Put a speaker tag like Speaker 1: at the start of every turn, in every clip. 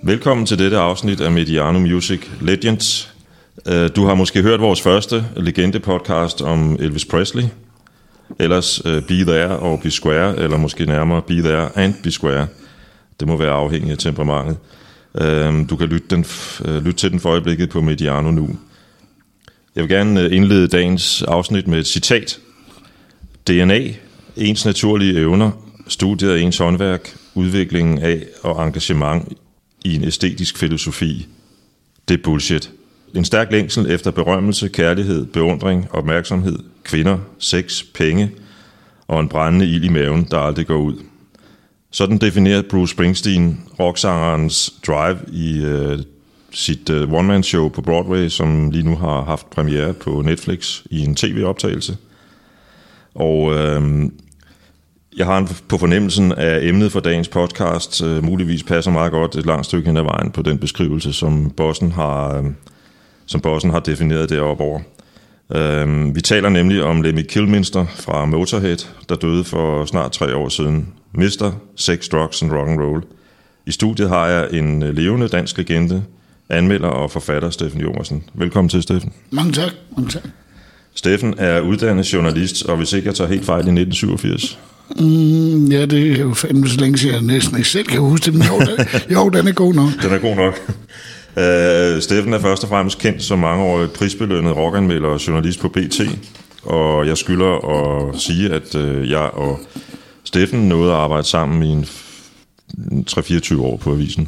Speaker 1: Velkommen til dette afsnit af Mediano Music Legends. Du har måske hørt vores første legende-podcast om Elvis Presley. Ellers Be There og Be Square, eller måske nærmere Be There and Be Square. Det må være afhængigt af temperamentet. Du kan lytte til den for øjeblikket på Mediano nu. Jeg vil gerne indlede dagens afsnit med et citat. DNA, ens naturlige evner, studiet af ens håndværk, udviklingen af og engagement i en æstetisk filosofi. Det er bullshit. En stærk længsel efter berømmelse, kærlighed, beundring, opmærksomhed, kvinder, sex, penge og en brændende ild i maven, der aldrig går ud. Sådan definerer Bruce Springsteen rocksangerens drive i sit one-man-show på Broadway, som lige nu har haft premiere på Netflix i en tv-optagelse. Og jeg har på fornemmelsen af emnet for dagens podcast muligvis passer meget godt et langt stykke hen ad vejen på den beskrivelse, som bossen har defineret deroppe over. Vi taler nemlig om Lemmy Kilmister fra Motorhead, der døde for snart 3 år siden. Mr. Sex, Drugs and Rock'n'Roll. I studiet har jeg en levende dansk legende, anmelder og forfatter Steffen Jungersen. Velkommen til, Steffen.
Speaker 2: Mange tak.
Speaker 1: Steffen er uddannet journalist, og hvis ikke jeg tager helt fejl, i 1987.
Speaker 2: Ja, det er jo fandme så længe siden, jeg næsten ikke selv kan huske det, men jo, den er god nok.
Speaker 1: Den er god nok. Steffen er først og fremmest kendt som mangeårig prisbelønnet rockanmelder og journalist på BT, og jeg skylder at sige, at jeg og Steffen nåede at arbejde sammen i en 3-24 år på avisen.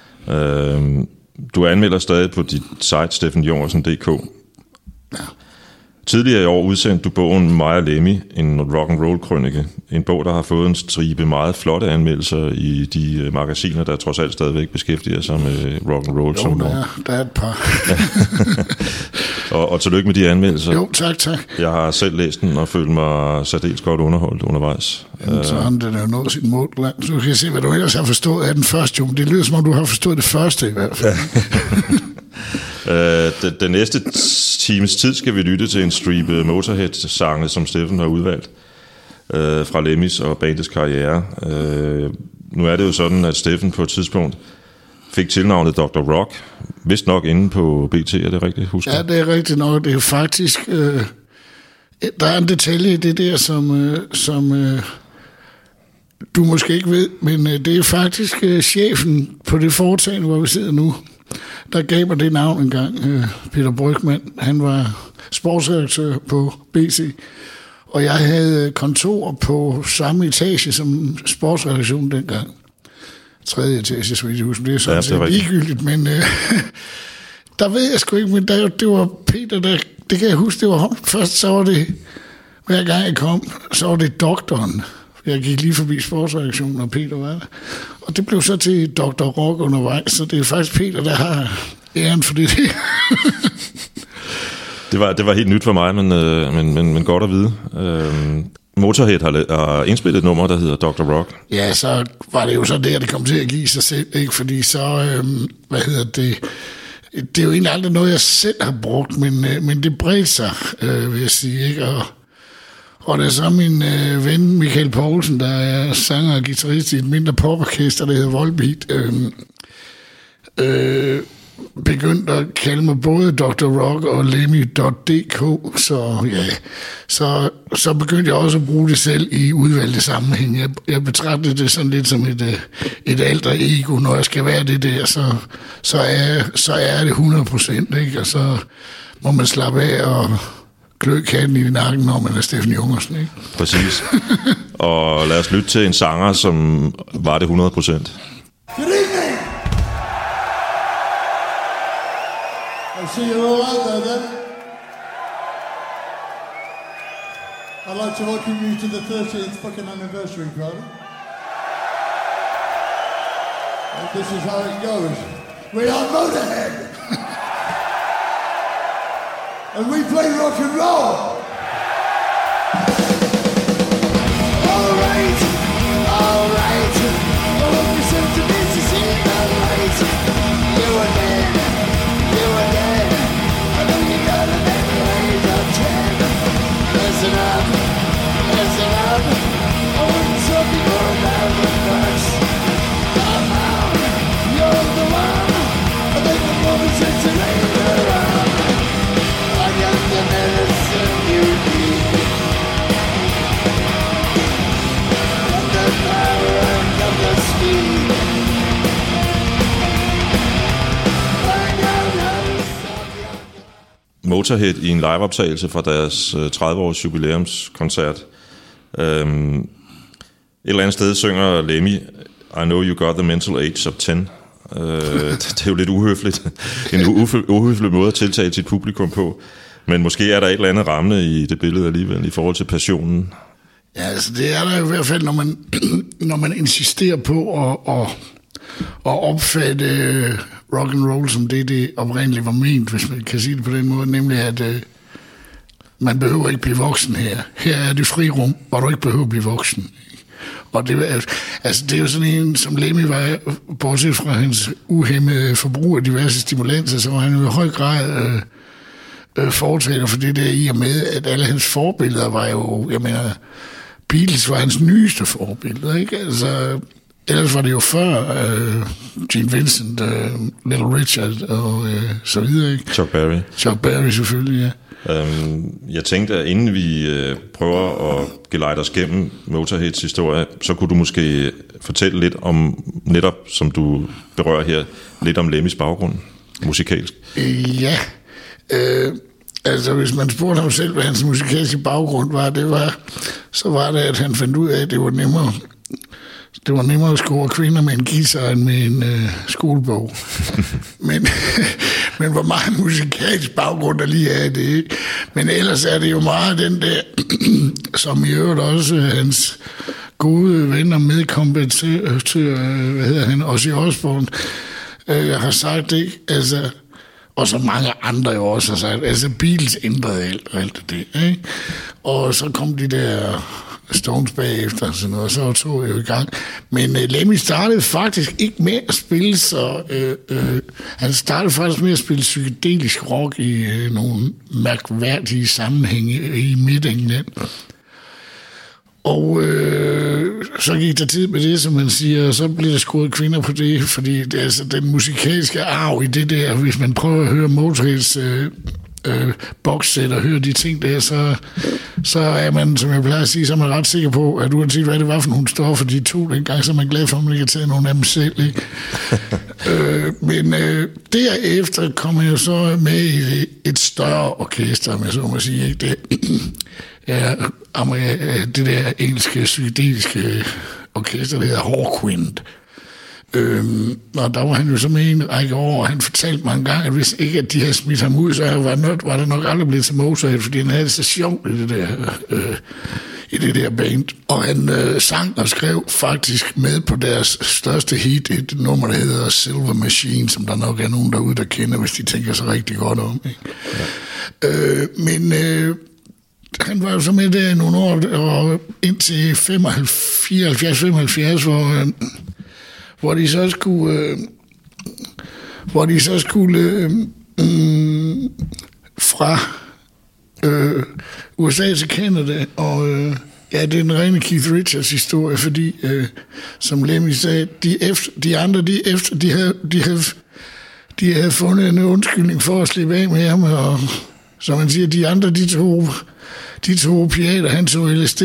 Speaker 1: Du anmelder stadig på dit site steffenjungersen.dk.
Speaker 2: Ja.
Speaker 1: Tidligere i år udsendte du bogen Mig og Lemmy, en rock'n'roll-krønike. En bog, der har fået en stribe meget flotte anmeldelser i de magasiner, der trods alt stadigvæk beskæftiger sig med rock'n'roll.
Speaker 2: Jo, der er et par.
Speaker 1: og tillykke med de anmeldelser.
Speaker 2: Jo, tak.
Speaker 1: Jeg har selv læst den og følt mig særdeles godt underholdt undervejs.
Speaker 2: Jamen, så har den jo nået sit mål langt. Så du kan se, hvad du ellers har forstået af den første. Jo, det lyder som om, du har forstået det første i hvert fald.
Speaker 1: Den næste times tid skal vi lytte til en stribe Motorhead-sange, som Steffen har udvalgt fra Lemmys og bandets karriere. Nu er det jo sådan, at Steffen på et tidspunkt fik tilnavnet Dr. Rock, vist nok inde på BT, er det rigtigt husker?
Speaker 2: Ja, det er rigtigt nok. Det er jo faktisk... der er en detalje i det der, som du måske ikke ved, men det er faktisk chefen på det foretagende, hvor vi sidder nu, der gav mig det navn engang, Peter Brygman. Han var sportsredaktør på BC, og jeg havde kontor på samme etage som sportsredaktionen dengang. 3. etage, så vidt jeg husker. Det er sådan set ligegyldigt, men der ved jeg sgu ikke, men det var Peter, det kan jeg huske, det var ham. Først så var det, hver gang jeg kom, så var det doktoren. Jeg gik lige forbi sportsreaktionen, og Peter var der. Og det blev så til Dr. Rock undervejs, så det er faktisk Peter, der har æren for det.
Speaker 1: Det var helt nyt for mig, men godt at vide. Motorhead har indspillet et nummer, der hedder Dr. Rock.
Speaker 2: Ja, så var det jo så der, det kom til at give sig selv, ikke? Fordi så, det er jo egentlig aldrig noget, jeg selv har brugt, men det bredte sig, vil jeg sige, ikke? Og der er så min ven Michael Poulsen, der er sanger og guitarist i et mindre poporkester, der hedder Volbeat, begyndte at kalde mig både Dr. Rock og Lemmy.dk, så begyndte jeg også at bruge det selv i udvalgte sammenhæng. Jeg betragtede det sådan lidt som et alter ego, når jeg skal være det der, så er det 100%, ikke? Og så må man slappe af og klø katten i nakken, når man er Steffen Jungersen, ikke?
Speaker 1: Præcis. Og lad os lytte til en sanger, som var det 100%.
Speaker 3: Good evening! I see you're all out there then. I'd like to welcome you to the 13th fucking anniversary party. And this is how it goes. We are Motorhead! And we play rock and roll! Alright! Oh, listen to this, you see that light. You were dead. I know you got a better age of 10. Listen up. I wasn't talking more about the facts. Come on, you're the one.
Speaker 1: Motorhead i en liveoptagelse fra deres 30-års jubilæumskoncert. Et eller andet sted synger Lemmy, I know you got the mental age of 10. Det er jo lidt uhøfligt. En uhøflig måde at tiltage sit publikum på. Men måske er der et eller andet ramme i det billede alligevel, i forhold til passionen.
Speaker 2: Ja, altså det er der i hvert fald, når man insisterer på at opfatte rock and roll som det oprindeligt var ment, hvis man kan sige det på den måde, nemlig at man behøver ikke blive voksen her. Her er det frirum, hvor du ikke behøver at blive voksen. Og det er jo sådan en, som Lemmy var, bortset fra hans uhæmmede forbrug af diverse stimulanser, så var han jo i høj grad fortaler for det der i og med, at alle hans forbilleder var jo, jeg mener, Beatles var hans nyeste forbilleder, ikke? Altså, ellers var det jo før Gene Vincent, Little Richard og så videre, ikke? Chuck Berry selvfølgelig, ja.
Speaker 1: Jeg tænkte, at inden vi prøver at gelejde os gennem Motorheads historie, så kunne du måske fortælle lidt om, netop som du berører her, lidt om Lemmys baggrund, musikalsk.
Speaker 2: Ja, altså hvis man spurgte ham selv, hvad hans musikalske baggrund var, så var det, at han fandt ud af, at det var nemmere at score kvinder med en guitar end med en skolebog. men hvor meget musikalsk baggrund der lige er det, ikke? Men ellers er det jo meget den der, som i øvrigt også hans gode venner medkompetitør, Ozzy Osbourne, har sagt det, altså, og så mange andre jo også har sagt, altså Beatles ændrede alt det, ikke? Og så kom de der Stones bagefter, sådan noget, og så tog jeg jo i gang. Men Lemmy startede faktisk ikke med at spille han startede faktisk med at spille psykedelisk rock i nogle mærkværdige sammenhænge i Midt-England. Og så gik der tid med det, som man siger, og så blev der scoret kvinder på det, fordi det er altså den musikalske arv i det der, hvis man prøver at høre Motorheads boxsæt og høre de ting der, så er man, som jeg plejer at sige, så er man ret sikker på, at uanset hvad det var for nogle stoffer, de tog dengang, så er man glad for, at man ikke har taget nogle af dem selv, ikke? Men derefter kom jeg jo så med i et større orkester, med så må sige, ikke? Det der engelske, psykedeliske orkester, der hedder Hawkwind. Og der var han jo så med en række år, og han fortalte mig en gang, at hvis ikke at de havde smidt ham ud, så var det nok aldrig blevet til Motorhead, fordi han havde det så sjovt i det der band. Og han sang og skrev faktisk med på deres største hit, et nummer, der hedder Silver Machine, som der nok er nogen derude, der kender, hvis de tænker sig rigtig godt om. Ikke? Ja. Men han var jo så med der i nogle år, og indtil 74-75, hvor de så skulle fra USA til Canada, og ja, det er den rene Keith Richards historie, fordi som Lemmy sagde, de andre havde fundet en undskyldning for at slippe af med ham, og som man siger, de andre de tog opiater, han tog LSD,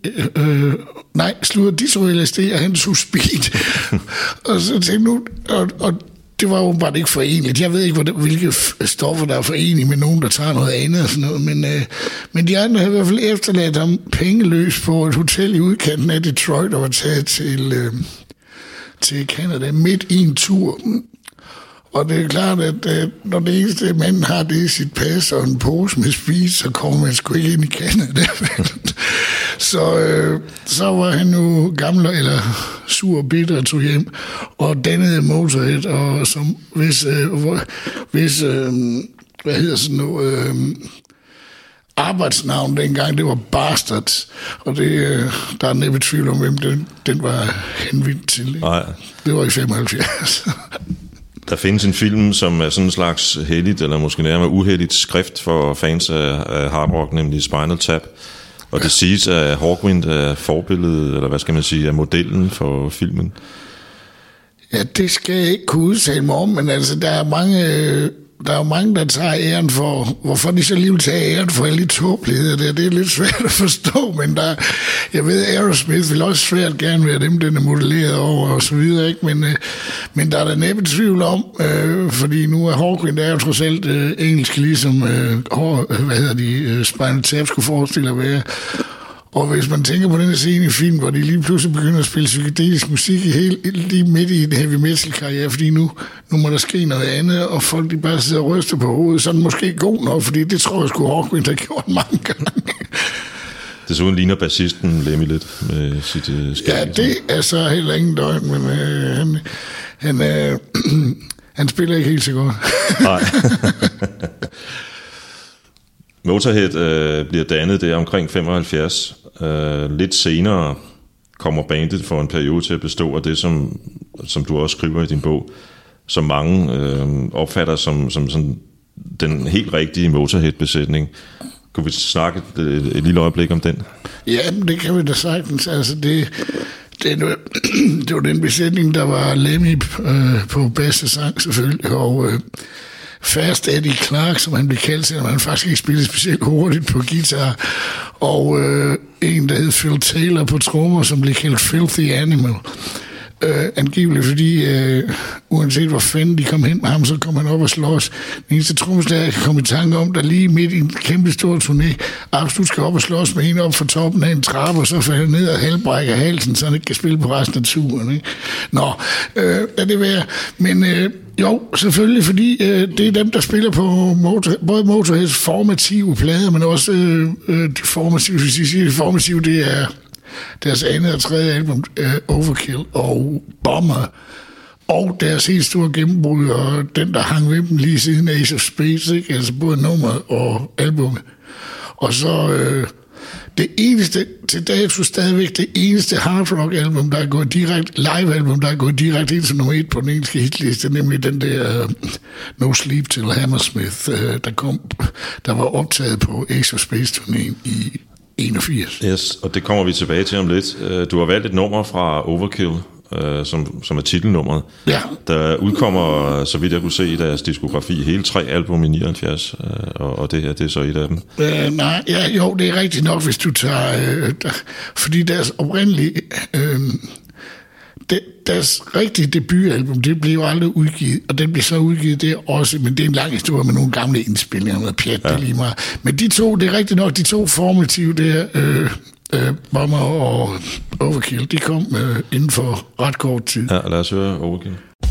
Speaker 2: de tog LSD, og han tog speed. Og så tænkte nu, og det var jo bare ikke forenligt. Jeg ved ikke, hvilke stoffer, der er forenlige med nogen, der tager noget andet og sådan noget, men de andre havde i hvert fald efterladt ham pengeløs på et hotel i udkanten af Detroit, og var taget til Canada midt i en tur. Og det er klart, at når det eneste mand har det i sit pas og en pose med speed, så kommer man sgu ikke ind i Canada. Så var han jo gammel eller sur og bitter og tog hjem og dannede Motorhead, og som hvis hvad hedder sådan noget, arbejdsnavn dengang, det var Bastards, og det, der er næppe tvivl om, hvem den var henvendt til. Ikke? Det var i 75.
Speaker 1: Der findes en film, som er sådan en slags heldigt, eller måske nærmere uheldigt skrift for fans af hard rock, nemlig Spinal Tap. Og det siges, at Hawkwind er forbilledet, eller hvad skal man sige, er modellen for filmen.
Speaker 2: Ja, det skal jeg ikke kunne udtale mig om, men altså, der er mange, der tager æren for, hvorfor de så alligevel tager æren for alle de tåbeligheder der. Det er lidt svært at forstå, men jeg ved, Aerosmith vil også svært gerne være dem, den er modelleret over og så videre, ikke? Men der er der næppe tvivl om, fordi nu er Hawkwind er jo trods alt engelsk, ligesom Spinal Tap skulle forestille at være. Og hvis man tænker på den her scene i film, hvor de lige pludselig begynder at spille psykedelisk musik lige midt i en heavy metal karriere, fordi nu må der ske noget andet, og folk de bare sidder og ryster på hovedet, så er den måske god nok, fordi det tror jeg sgu Hawkwind har gjort mange gange.
Speaker 1: Desuden ligner bassisten Lemmy lidt med sit skæg.
Speaker 2: Ja, det er så heller ingen døgn, men han spiller ikke helt så godt.
Speaker 1: Nej. Motorhead bliver dannet der omkring 75. Lidt senere kommer bandet for en periode til at bestå af det, som du også skriver i din bog, som mange opfatter som sådan den helt rigtige Motorhead-besætning. Kunne vi snakke et lille øjeblik om den?
Speaker 2: Ja, det kan vi da sagtens. Altså det var den besætning, der var Lemmy på bedste sang selvfølgelig, og Fast Eddie Clark, som han blev kaldt, selvom han faktisk ikke spillede specielt hurtigt på guitar, og en, der hed Phil Taylor på trommer, som blev kaldt Filthy Animal. Angiveligt, fordi uanset hvor fanden de kom hen med ham, så kom han op og slås. Den eneste trommeslager, jeg kan komme i tanke om, der lige midt i en kæmpe stor turné, absolut skal op og slås med en op fra toppen af en trappe, og så falder ned og halvbrækker halsen, så han ikke kan spille på resten af turen. Ikke? Nå, lad det være. Men jo, selvfølgelig, fordi det er dem, der spiller på både Motorheads formative plader, men også de formative, hvis I siger de formative, det er deres andet og tredje album, Overkill og Bomber, og deres helt store gennembrud, og den, der hang ved dem lige siden Ace of Spades, ikke? Altså både nummeret og albumet. Og så det eneste, til dato stadigvæk det eneste hard rock album, der er gået direkte, live album, der er gået direkte ind til nummer 1 på den engelske hitliste, nemlig den der No Sleep Till Hammersmith, der var optaget på Ace of Spades-turnéen i 81.
Speaker 1: Yes, og det kommer vi tilbage til om lidt. Du har valgt et nummer fra Overkill, som er titelnummeret.
Speaker 2: Ja.
Speaker 1: Der udkommer, så vidt jeg kunne se i deres diskografi, hele 3 album i 79, og det her, det er så et af dem.
Speaker 2: Nej, ja, jo, det er rigtigt nok, hvis du tager... fordi deres oprindelige... deres rigtige debutalbum, det blev jo aldrig udgivet, og den blev så udgivet der også, men det er en lang historie med nogle gamle indspilninger med pjat, det lige meget. Men de to, det er rigtigt nok, de to formative der, Bomber og Overkill, de kom inden for ret kort tid.
Speaker 1: Ja, lad os høre Overkill.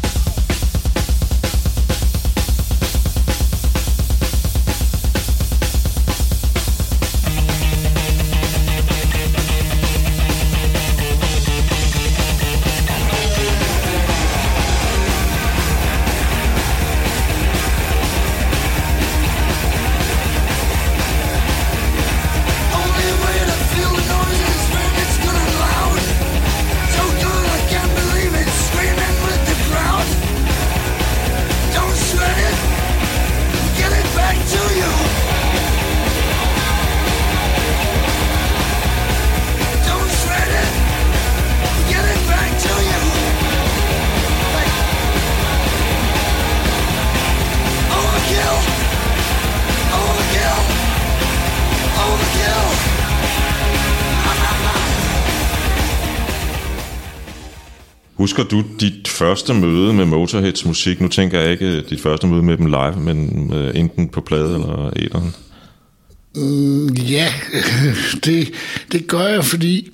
Speaker 1: Husker du dit første møde med Motorheads musik? Nu tænker jeg ikke dit første møde med dem live, men enten på plade eller æteren.
Speaker 2: Ja, det gør jeg, fordi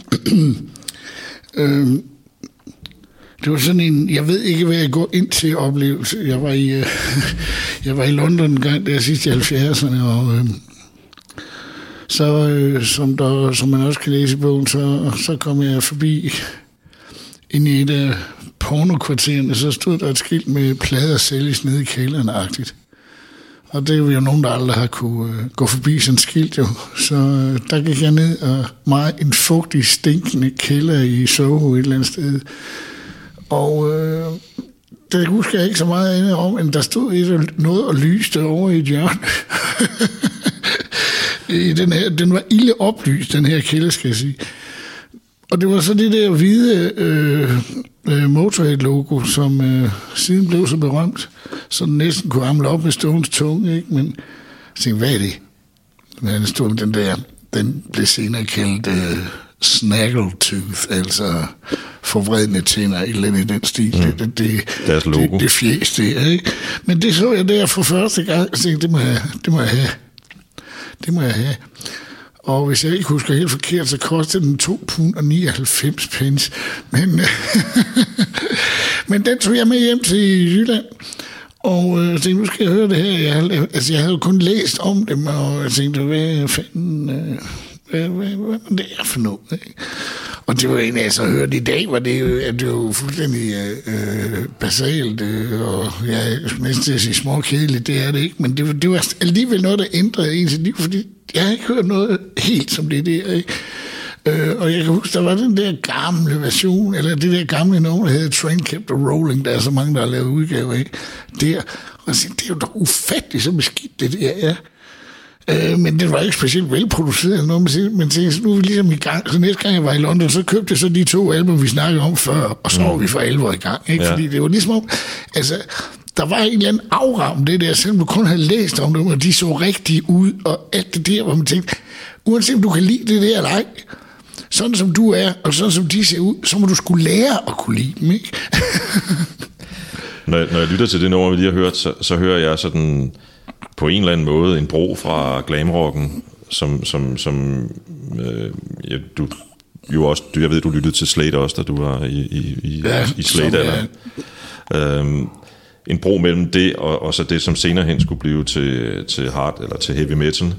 Speaker 2: det var sådan en, jeg ved ikke, hvad jeg går ind til oplevelse. Jeg var i London en gang, der sidst i 70'erne, og som man også kan læse i bogen, så kom jeg forbi ind i et af pornokvartererne, så stod der et skilt med plader sælges nede i kælderen-agtigt. Og det er jo nogen, der aldrig har kunne gå forbi sådan et skilt jo. Så der gik jeg ned og meget en fugtig, stinkende kælder i Soho et eller andet sted. Og det husker jeg ikke så meget andet om, end der stod noget og lyste over i et hjørne. Den var ilde oplyst, den her kælder, skal jeg sige. Og det var så det der hvide Motorhead-logo, som siden blev så berømt, så den næsten kunne hamle op med Stones tunge, ikke? Men jeg tænkte, hvad er det? Men stod den blev senere kaldt Snaggletooth, altså forvredne tænder, et eller andet i den stil.
Speaker 1: Deres logo.
Speaker 2: Det fjes, det er, ikke? Men det så jeg der for første gang, og tænkte, det må jeg have. Og hvis jeg ikke husker helt forkert, så kostede den 2,99 pence. Men den tog jeg med hjem til Jylland. Og jeg tænkte, nu skal jeg høre det her. Jeg havde jo kun læst om dem, og jeg tænkte, hvad fanden... hvad det er for noget, ikke? Og det var egentlig, jeg så hørte i dag, var det jo, at det var fuldstændig basalt, og jeg næsten til at sige småkedeligt, det er det ikke, men det var alligevel noget, der ændrede ens liv, fordi jeg har ikke hørt noget helt som det der, ikke? Og jeg kan huske, der var den der gamle version, eller det der gamle nummer, der hedder Train Kept Rolling, der er så mange, der har lavet udgaver, ikke? Der, og jeg tænkte, det er jo da ufatteligt så beskidt, det der er. Men det var ikke specielt velproduceret eller noget, men nu er vi ligesom i gang. Så næste gang jeg var i London, så købte jeg så de 2 album, vi snakkede om før, og så var vi for alvor i gang. Ikke? Ja. Fordi det var ligesom om, altså, der var en eller anden aura om det der, selvom du kun havde læst om dem, og de så rigtige ud, og alt det der, hvor man tænkte, uanset om du kan lide det der eller ej, sådan som du er, og sådan som de ser ud, så må du skulle lære at kunne lide dem, ikke?
Speaker 1: Når jeg lytter til det nummer, vi lige har hørt, så hører jeg sådan... på en eller anden måde en bro fra glamrocken, ja, du jo også, jeg ved, du lyttede til Slade også, da du var i Slade. En bro mellem det og så det, som senere hen skulle blive til hard eller til heavy metal.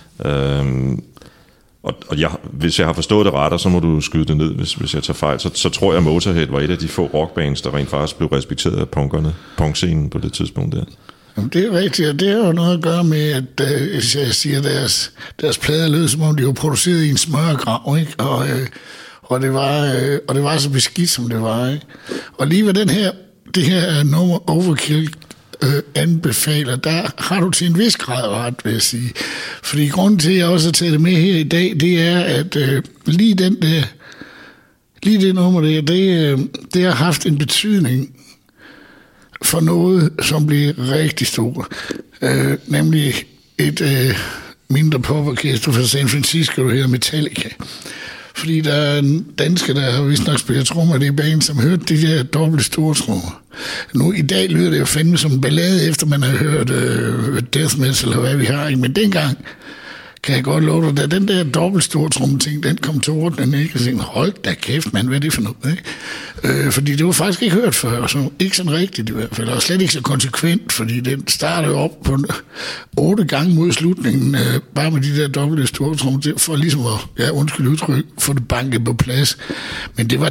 Speaker 1: Og hvis jeg har forstået det ret, så må du skyde det ned, hvis jeg tager fejl, så tror jeg, Motorhead var et af de få rockbands, der rent faktisk blev respekteret af punkscenen på det tidspunkt der.
Speaker 2: Jamen, det er rigtigt, og det har jo noget at gøre med, at jeg siger, deres plader lød, som om de var produceret i en smørgrav, ikke? Og det var så beskidt, som det var, ikke? Og lige ved det her nummer Overkill anbefaler, der har du til en vis grad ret, vil jeg sige. Fordi grunden til, at jeg også har taget det med her i dag, det er, at lige det nummer der, det har haft en betydning for noget, som bliver rigtig stort. Nemlig et mindre poporkester fra San Francisco, der hedder Metallica. Fordi der er en dansker, der har vist nok spillet trommer i det band, som hørte de der dobbelt store trommer. Nu i dag lyder det jo fandme som en ballade, efter man har hørt death metal, eller hvad vi har, ikke? Men dengang kan jeg godt love dig, da den der dobbelt store trommeting, den kom til ordenen, ikke? Og tænkte, hold da kæft, mand, hvad er det for noget, ikke? Fordi det var faktisk ikke hørt før, så ikke sådan rigtigt i hvert fald, og slet ikke så konsekvent, fordi den startede op på 8 gange mod slutningen, bare med de der dobbelte store trommer, for ligesom at, ja, undskyld udtryk, få det banket på plads. Men det var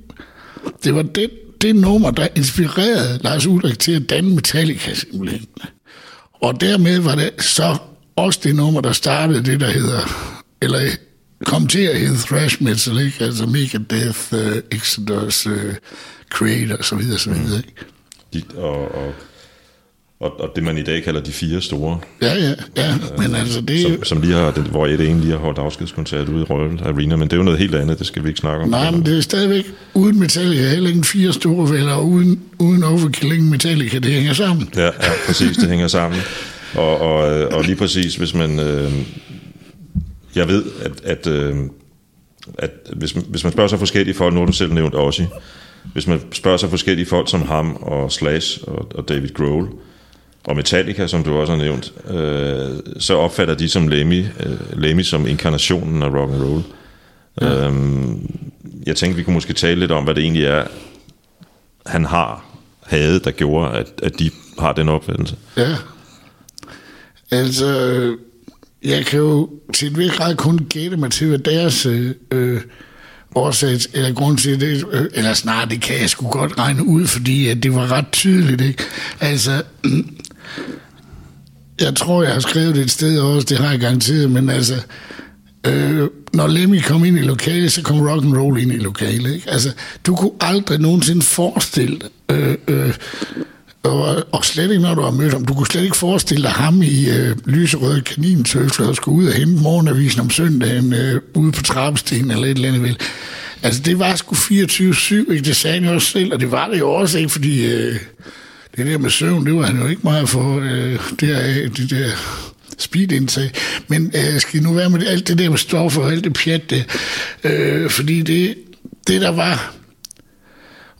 Speaker 2: det nummer, der inspirerede Lars Ulrich til at danne Metallica simpelthen. Og dermed var det så også det nummer, der startede det, der hedder, eller kom til at hedde thrash metal, ikke? Altså Megadeth, Exodus, Creator, og så videre, så videre, ikke?
Speaker 1: Og det, man i dag kalder de 4 store.
Speaker 2: Ja, men altså det...
Speaker 1: Som lige har, hvor et egentlig har holdt afskedskoncert ude i Royal Arena, men det er jo noget helt andet, det skal vi ikke snakke om.
Speaker 2: Nej, men det er stadigvæk uden Metallica, heller ikke 4 store fælder, og uden Overkill, ingen Metallica, det hænger sammen.
Speaker 1: Ja, præcis, det hænger sammen. Og lige præcis, hvis man... jeg ved, at hvis man spørger så forskellige folk, nu har du selv nævnt Ozzy, hvis man spørger så forskellige folk som ham og Slash og David Grohl og Metallica, som du også har nævnt, så opfatter de som Lemmy som inkarnationen af rock and roll. Ja. Jeg tænkte, vi kunne måske tale lidt om, hvad det egentlig er, han havde, der gjorde, at de har den opfattelse.
Speaker 2: Ja. Altså, jeg kan jo til et vis grad kun gætte mig til, hvad deres årsag, eller grund til det, eller snart det kan jeg sgu godt regne ud, fordi at det var ret tydeligt, ikke? Altså, jeg tror, jeg har skrevet det et sted også, det har jeg garanteret, men altså, når Lemmy kom ind i lokalet, så kom rock and roll ind i lokalet, ikke? Altså, du kunne aldrig nogensinde forestille og slet ikke, når du har mødt ham. Du kunne slet ikke forestille dig ham i lyserøde kanintøfler og skulle ud og hente morgenavisen om søndagen ude på trappestenen eller et eller andet vel. Altså, det var sgu 24/7, ikke? Det sagde han også selv, og det var det jo også, ikke? Fordi det der med søvn, det var han jo ikke meget for, det der speedindtag. Men skal nu være med alt det der med stoffer og alt det pjat der, fordi det der var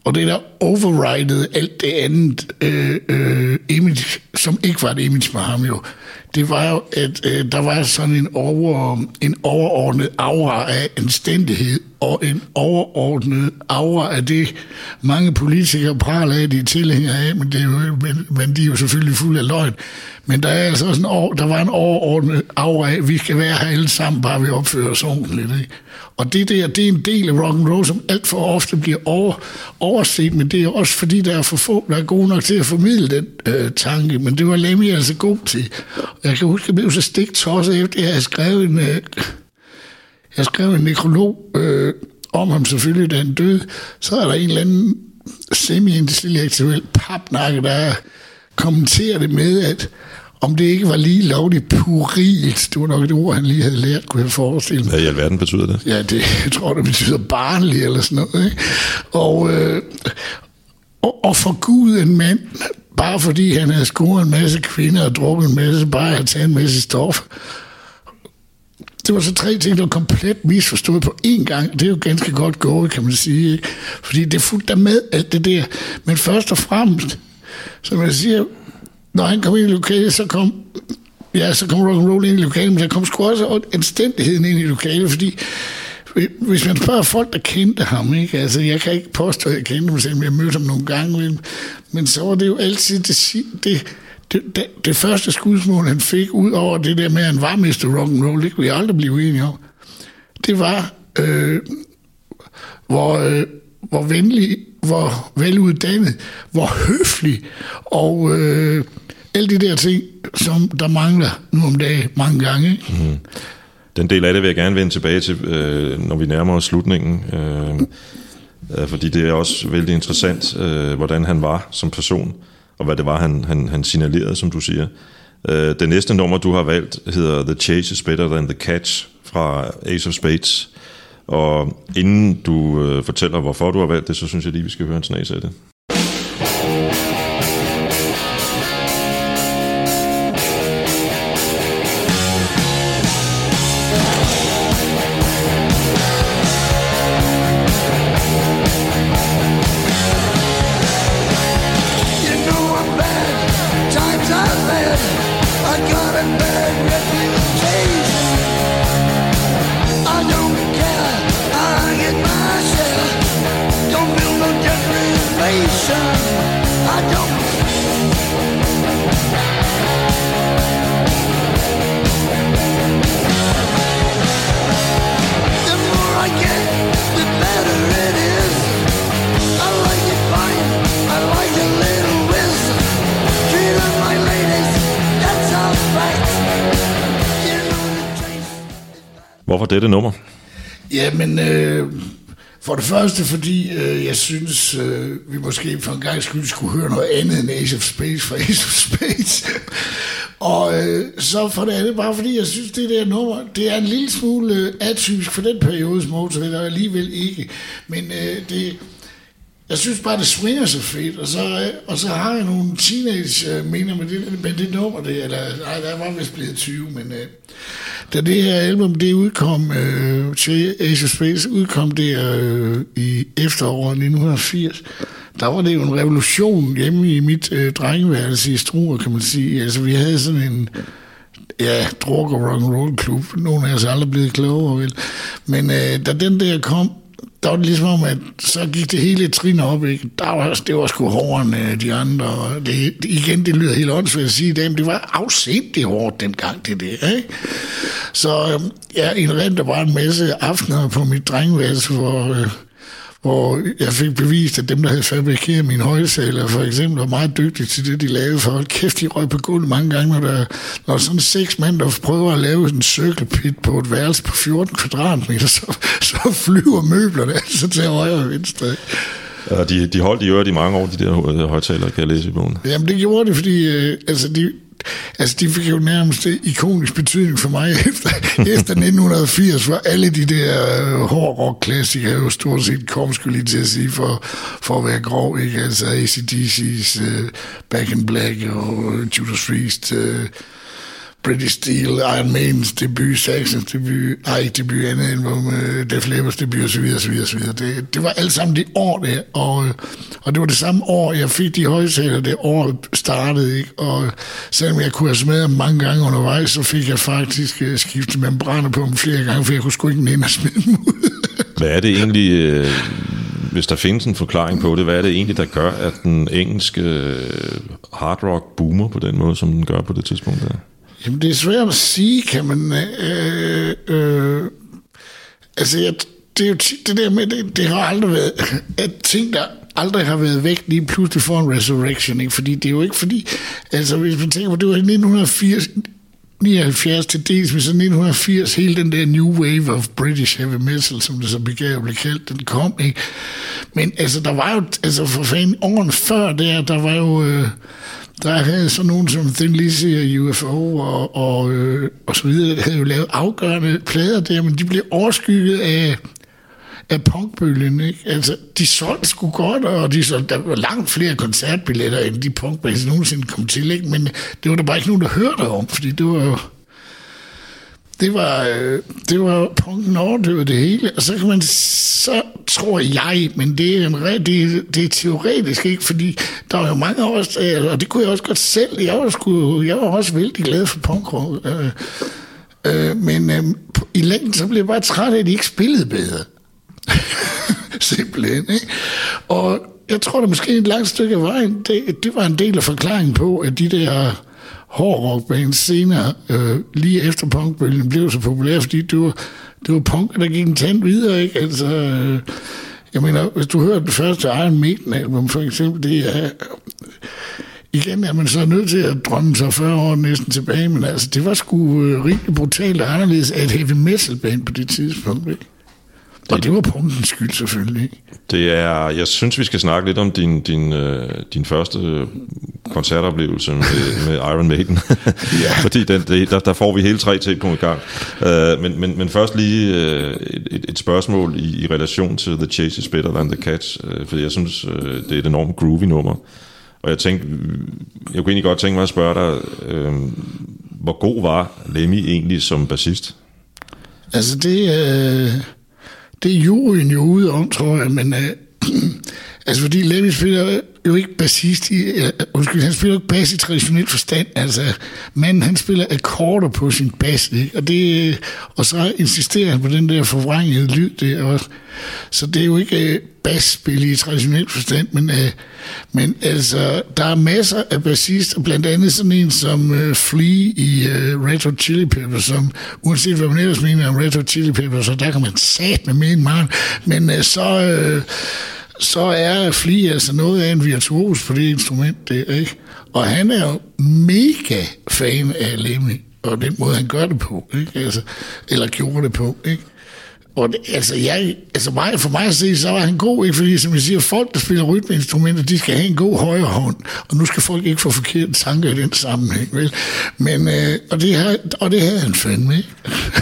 Speaker 2: Og det der overridede alt det andet image, som ikke var et image med ham jo, det var jo, at der var sådan en overordnet aura af anstændighed, og en overordnet aura af det, mange politikere praler af, de er tilhængere af, men de er jo selvfølgelig fulde af løgn. Men der er altså også der var en overordnet aura af, at vi skal være her alle sammen, bare vi opfører os ordentligt. Ikke? Og det er en del af rock'n'roll, som alt for ofte bliver overset, men det er også fordi, der er for få, der er gode nok til at formidle den tanke. Men det var Lemmy altså god til. Jeg kan huske, at jeg blev så stiktosset efter, jeg skrev en nekrolog om ham selvfølgelig, da han døde. Så er der en eller anden semi-intellektuel papnakke, der kommenterer det med, at om det ikke var lige lovligt purilt, det var nok et ord, han lige havde lært, kunne jeg forestille mig.
Speaker 1: Hvad i alverden betyder det?
Speaker 2: Ja, jeg tror, det betyder barnlig eller sådan noget. Ikke? Og for Gud en mand, bare fordi han havde scoret en masse kvinder og drukket en masse bajer og taget en masse stof. Det var så 3 ting, der var komplet misforstået på én gang. Det er jo ganske godt gået, kan man sige. Ikke? Fordi det fulgte der med alt det der. Men først og fremmest, som jeg siger, når han kom ind i lokalet, så kom rock'n'roll ind i lokalet, men der kom sgu også anstændigheden ind i lokalet, fordi hvis man spørger folk, der kendte ham, ikke? Altså, jeg kan ikke påstå, at jeg kendte ham, selvom jeg mødte ham nogle gange, men så var det jo altid det første skudsmål, han fik ud over det der med, at han var Mr. Rock'n'Roll, det kunne vi aldrig blive enige om. Det var, hvor venlig, hvor veluddannet, hvor høflig, og alle de der ting, som der mangler nu om dagen mange gange. Mm.
Speaker 1: Den del af det vil jeg gerne vende tilbage til, når vi nærmer os slutningen, fordi det er også vældig interessant, hvordan han var som person, og hvad det var, han signalerede, som du siger. Det næste nummer, du har valgt, hedder The Chase is Better Than the Catch fra Ace of Spades. Og inden du fortæller, hvorfor du har valgt det, så synes jeg lige, vi skal høre en snas af det. Hvorfor dette nummer?
Speaker 2: Jamen, for det første, fordi jeg synes, vi måske for en gang skyld skulle høre noget andet end Ace of Spades fra Ace of Spades. Og så for det andet, bare fordi jeg synes, det der nummer, det er en lille smule atypisk for den periodes Motorhead, og alligevel ikke. Men jeg synes bare, det swinger så fedt, og så har jeg nogle teenage-minder med det nummer, der var vist blevet 20, men da det her album, det udkom til Ace of Spades, udkom det i efteråret 1980, der var det jo en revolution hjemme i mit drengeværelse i Struer, kan man sige. Altså, vi havde sådan en druk- og rock'n'roll klub. Nogle af os er aldrig blevet klogere, vel. Men da den der kom, der var det ligesom om, at så gik det hele trin op, ikke? Det var sgu hårdere end de andre. Og det lyder helt åndssvagt at sige i dag, men det var afsindigt hårdt dengang, det der, ikke? Så en rent der var en masse aftener på mit drengeværelse, hvor jeg fik bevist, at dem, der havde fabrikeret mine højtaler, for eksempel, var meget dygtige til det, de lavede. For hold kæft, de røg på gulvet mange gange, når sådan 6 mand, der prøver at lave en cirkelpit på et værelse på 14 kvadratmeter, så flyver møblerne altså til højre og venstre.
Speaker 1: Ja, de holdt i øvrigt i mange år, de der højtalere, kan jeg læse i bogen.
Speaker 2: Jamen, det gjorde det, fordi de fik jo nærmest ikonisk betydning for mig efter 1980, hvor alle de der hård rock-klassikere jo stort set kom, skulle lige til at sige, for at være grov, ikke? Altså AC/DC's Back in Black og Judas Priest, British Steel, Iron Maidens debut, Saxons debut, ikke debut, andet album, Def Leppard's debut, osv. Det var alt sammen det år der, og det var det samme år, jeg fik de højtaler, det år startede, ikke? Og selvom jeg kunne have smadret dem mange gange undervejs, så fik jeg faktisk skiftet membraner på dem flere gange, for jeg kunne sgu ikke nænde at smide dem ud.
Speaker 1: Hvad er det egentlig, hvis der findes en forklaring på det, hvad er det egentlig, der gør, at den engelske hard rock boomer på den måde, som den gør på det tidspunkt der?
Speaker 2: Jamen, det er svært at sige, kan man... det er jo det der med, det har aldrig været... At ting, der aldrig har været væk, lige pludselig får en resurrection, ikke? Fordi det er jo ikke fordi... Altså, hvis man tænker på, det var i 1979 til dels, men så 1980, hele den der new wave of British heavy metal, som det så begav blev kaldt, den kom, ikke? Men altså, der var jo... Altså, for fanden, årene før der var jo... Der havde sådan nogen som Thin Lizzy og UFO og så videre, der havde jo lavet afgørende plader der, men de blev overskygget af punkbølgen, ikke? Altså, de solgte sgu godt, og der var langt flere koncertbilletter, end de punkbands nogensinde kom til, ikke? Men det var der bare ikke nogen, der hørte om, fordi det var punken overdøvet det hele, og så tror jeg, men det er teoretisk, ikke? Fordi der var jo mange år, og det kunne jeg også godt selv, jeg var også vældig glad for punkrock, men i længden så blev jeg bare træt af, at de ikke spillede bedre. Simpelthen, ikke? Og jeg tror, der måske et langt stykke af vejen, det var en del af forklaringen på, at de der hårdrockbands senere, lige efter punkbølgen, blev så populære, fordi det var punk, der gik en tand videre, ikke? Altså, jeg mener, hvis du hører det første Iron Maiden-album, for eksempel, det er... Igen er man så nødt til at drømme sig 40 år næsten tilbage, men altså, det var sgu rigtig brutalt og anderledes af et heavy metal-band på det tidspunkt, ikke? Og det var punkens skyld, selvfølgelig.
Speaker 1: Jeg synes, vi skal snakke lidt om din første koncertoplevelse med Iron Maiden. Ja. Fordi der får vi hele 3 ting på en gang. Men først lige et spørgsmål i relation til The Chase is Better Than the Catch. Fordi jeg synes, det er et enormt groovy nummer. Og jeg kunne egentlig godt tænke mig at spørge dig, hvor god var Lemmy egentlig som bassist?
Speaker 2: Altså det er juryen jo ude om, tror jeg, men altså fordi Lemmy spiller jo ikke bassist han spiller ikke bass i traditionel forstand, altså manden han spiller akkorder på sin bass, ikke? Og så insisterer han på den der forvrængede lyd der også. Så det er jo ikke bassspil i traditionel forstand, men altså der er masser af bassister, blandt andet sådan en som Flea i Red Hot Chili Peppers, som uanset hvad man ellers mener om Red Hot Chili Peppers, så der kan man satme med en meget, men så er Flea altså noget af en virtuos på det instrument der, ikke? Og han er jo mega fan af Lemmy, og den måde han gør det på, ikke? Altså, eller gjorde det på, ikke? Og for mig at se, så var han god, ikke? Fordi som jeg siger, folk der spiller rytmeinstrumenter, de skal have en god højre hånd, og nu skal folk ikke få forkerte tanker i den sammenhæng, vel? Men, og det havde han fandme, ikke?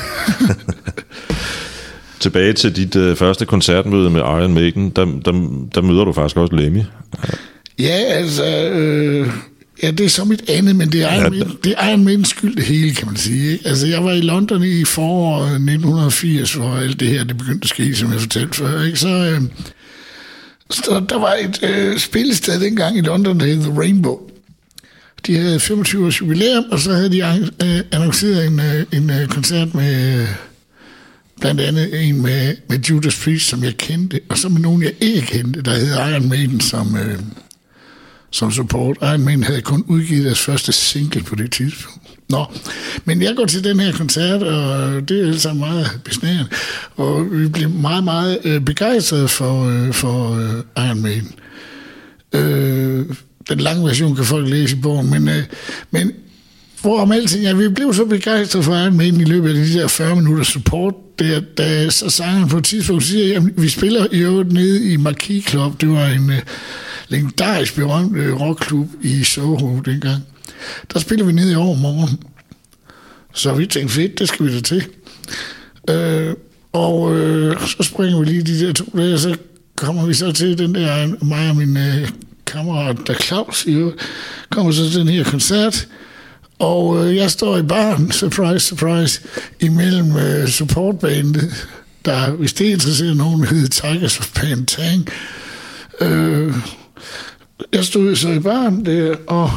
Speaker 1: Tilbage til dit første koncertmøde med Iron Maiden, der møder du faktisk også Lemmy.
Speaker 2: Ja, altså... Ja, det er som et andet, men det er Iron Maidens skyld det hele, kan man sige, ikke? Altså, jeg var i London i foråret 1980, hvor alt det her det begyndte at ske, som jeg fortalte før, ikke? Så der var et spillested dengang i London, der hed The Rainbow. De havde 25 års jubilæum, og så havde de annonceret en koncert med... Blandt andet en med Judas Priest, som jeg kendte, og så med nogen, jeg ikke kendte, der hed Iron Maiden som support. Iron Maiden havde kun udgivet deres første single på det tidspunkt. Men jeg går til den her koncert, og det er altså meget besnærende, og vi blev meget, meget begejstrede for Iron Maiden. Den lange version kan folk læse i bogen, men hvorom alting, vi blev så begejstrede for Iron Maiden i løbet af de der 40 minutter support, da så sangeren på et tidspunkt siger, at vi spiller i øvrigt nede i Marquis Club. Det var en legendarisk berømt rockklub i Soho dengang. Der spiller vi nede i overmorgen. Så vi tænkte, fedt, det skal vi da til. Så springer vi lige de der 2 dage, og så kommer vi så til den der, mig og min kammerat, der Claus, kommer så til den her koncert. Og jeg står i baren, surprise, surprise, imellem supportbandet, der, hvis det interesserer nogen, hedder Tigers of Pantang. Jeg stod så i baren der, og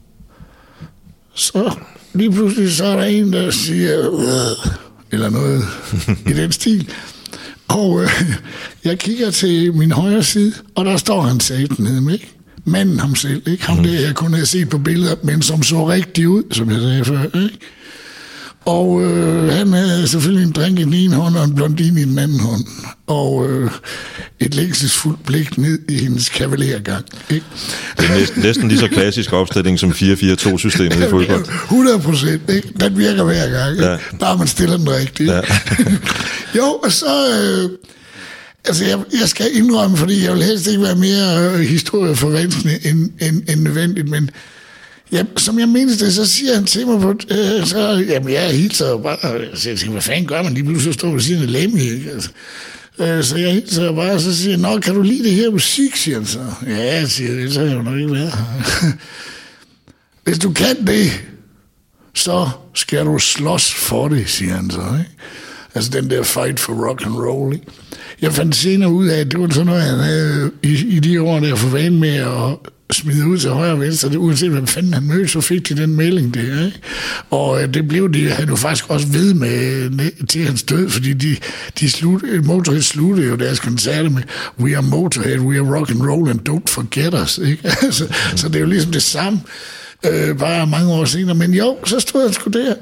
Speaker 2: så lige pludselig så er der en, der siger, eller noget i den stil. Og jeg kigger til min højre side, og der står han satan nede, ikke? Manden ham selv, ikke? Ham der, jeg kun havde set på billeder, men som så rigtig ud, som jeg sagde før, ikke? Og han havde selvfølgelig en drink i den ene hånd og en blondine i den anden hånd. Og et længselsfuldt blik ned i hendes kavalergang. Ikke?
Speaker 1: Det er næsten lige så klassisk opstilling som 4-4-2-systemet i fodbold.
Speaker 2: 100%, ikke? Den virker hver gang. Ikke? Ja. Der har man stillet den rigtigt. Ja. Jo, og så... altså, jeg skal indrømme, fordi jeg vil helst ikke være mere historieforvanskende end nødvendigt, men... Ja, som jeg mener det, så siger han til mig på, jamen jeg hilser bare, så jeg tænker, hvad fanden gør man lige pludselig, så står ved siden af Lemmy, ikke? Altså, så jeg hilser bare, og så siger jeg, nå, kan du lide det her musik, siger han så. Ja, siger det, så har jeg jo nok ikke været her. Hvis du kan det, så skal du slås for det, siger han så, ikke? Altså den der fight for rock and roll, ikke? Jeg fandt senere ud af, at det var sådan noget, han havde i de år, der for vane med at smide ud til højre og venstre, det, uanset hvem fanden han mødte, så fik de den melding der, ikke? Og det blev de, han jo faktisk også ved med til hans død, fordi Motorhead sluttede jo deres koncerter med We are Motorhead, we are rock and roll, and don't forget us, ikke? Altså, så det er jo ligesom det samme, bare mange år senere, men jo, så stod han sgu der,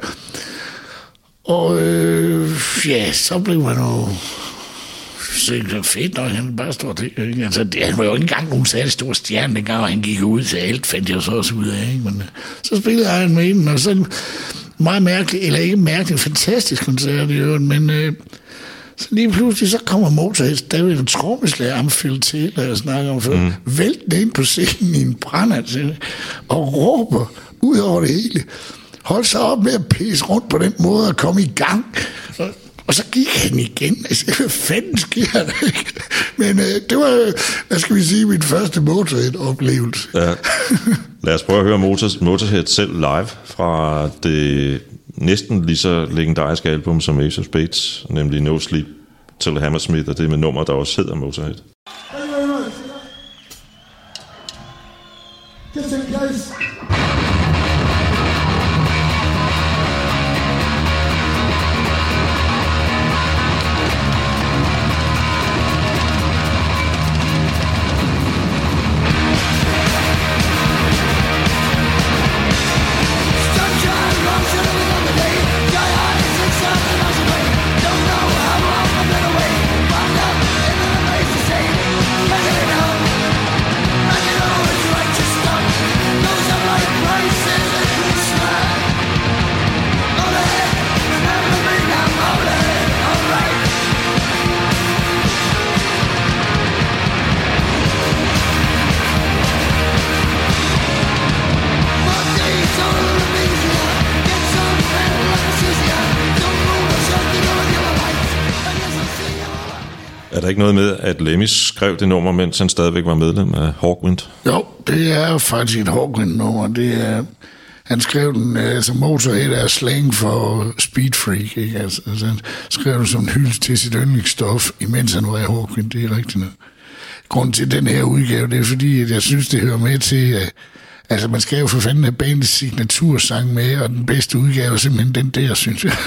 Speaker 2: og ja, så blev man jo... Så det var fedt nok, han bare står til. Altså, han var jo ikke engang nogen særlig stor stjerne, dengang han gik ud til alt, fandt jeg så også ud af. Ikke? Men så spillede han med den, og så meget mærkeligt, eller ikke mærkeligt, fantastisk koncert i øvrigt, men så lige pludselig, så kommer Motorhead, der er en trommeslager, Amfield Taylor, jeg snakker om før, væltende ind på scenen i en brænder, og råber ud over det hele. Hold så op med at pisse rundt på den måde og komme i gang. Og så gik han igen. Altså, hvad fanden sker der, ikke? Men det var, hvad skal vi sige, min første Motorhead-oplevelse. Ja.
Speaker 1: Lad os prøve at høre Motorhead selv live fra det næsten lige så legendariske album som Ace of Spades, nemlig No Sleep Till Hammersmith, og det med nummer, der også hedder Motorhead.
Speaker 3: Thank you very much. Just in case.
Speaker 1: Er der ikke noget med, at Lemmy skrev det nummer, mens han stadigvæk var medlem af Hawkwind?
Speaker 2: Jo, det er faktisk et Hawkwind-nummer. Det er, han skrev den, altså Motorhead er slang for speed freak, ikke? Altså han skrev den som en hyldest til sit yndlingsstof, imens han var i Hawkwind, det er rigtigt noget. Grunden til den her udgave, det er fordi, at jeg synes, det hører med til, at altså man skal jo for fanden have bandets signatursang med, og den bedste udgave er simpelthen den der, synes jeg.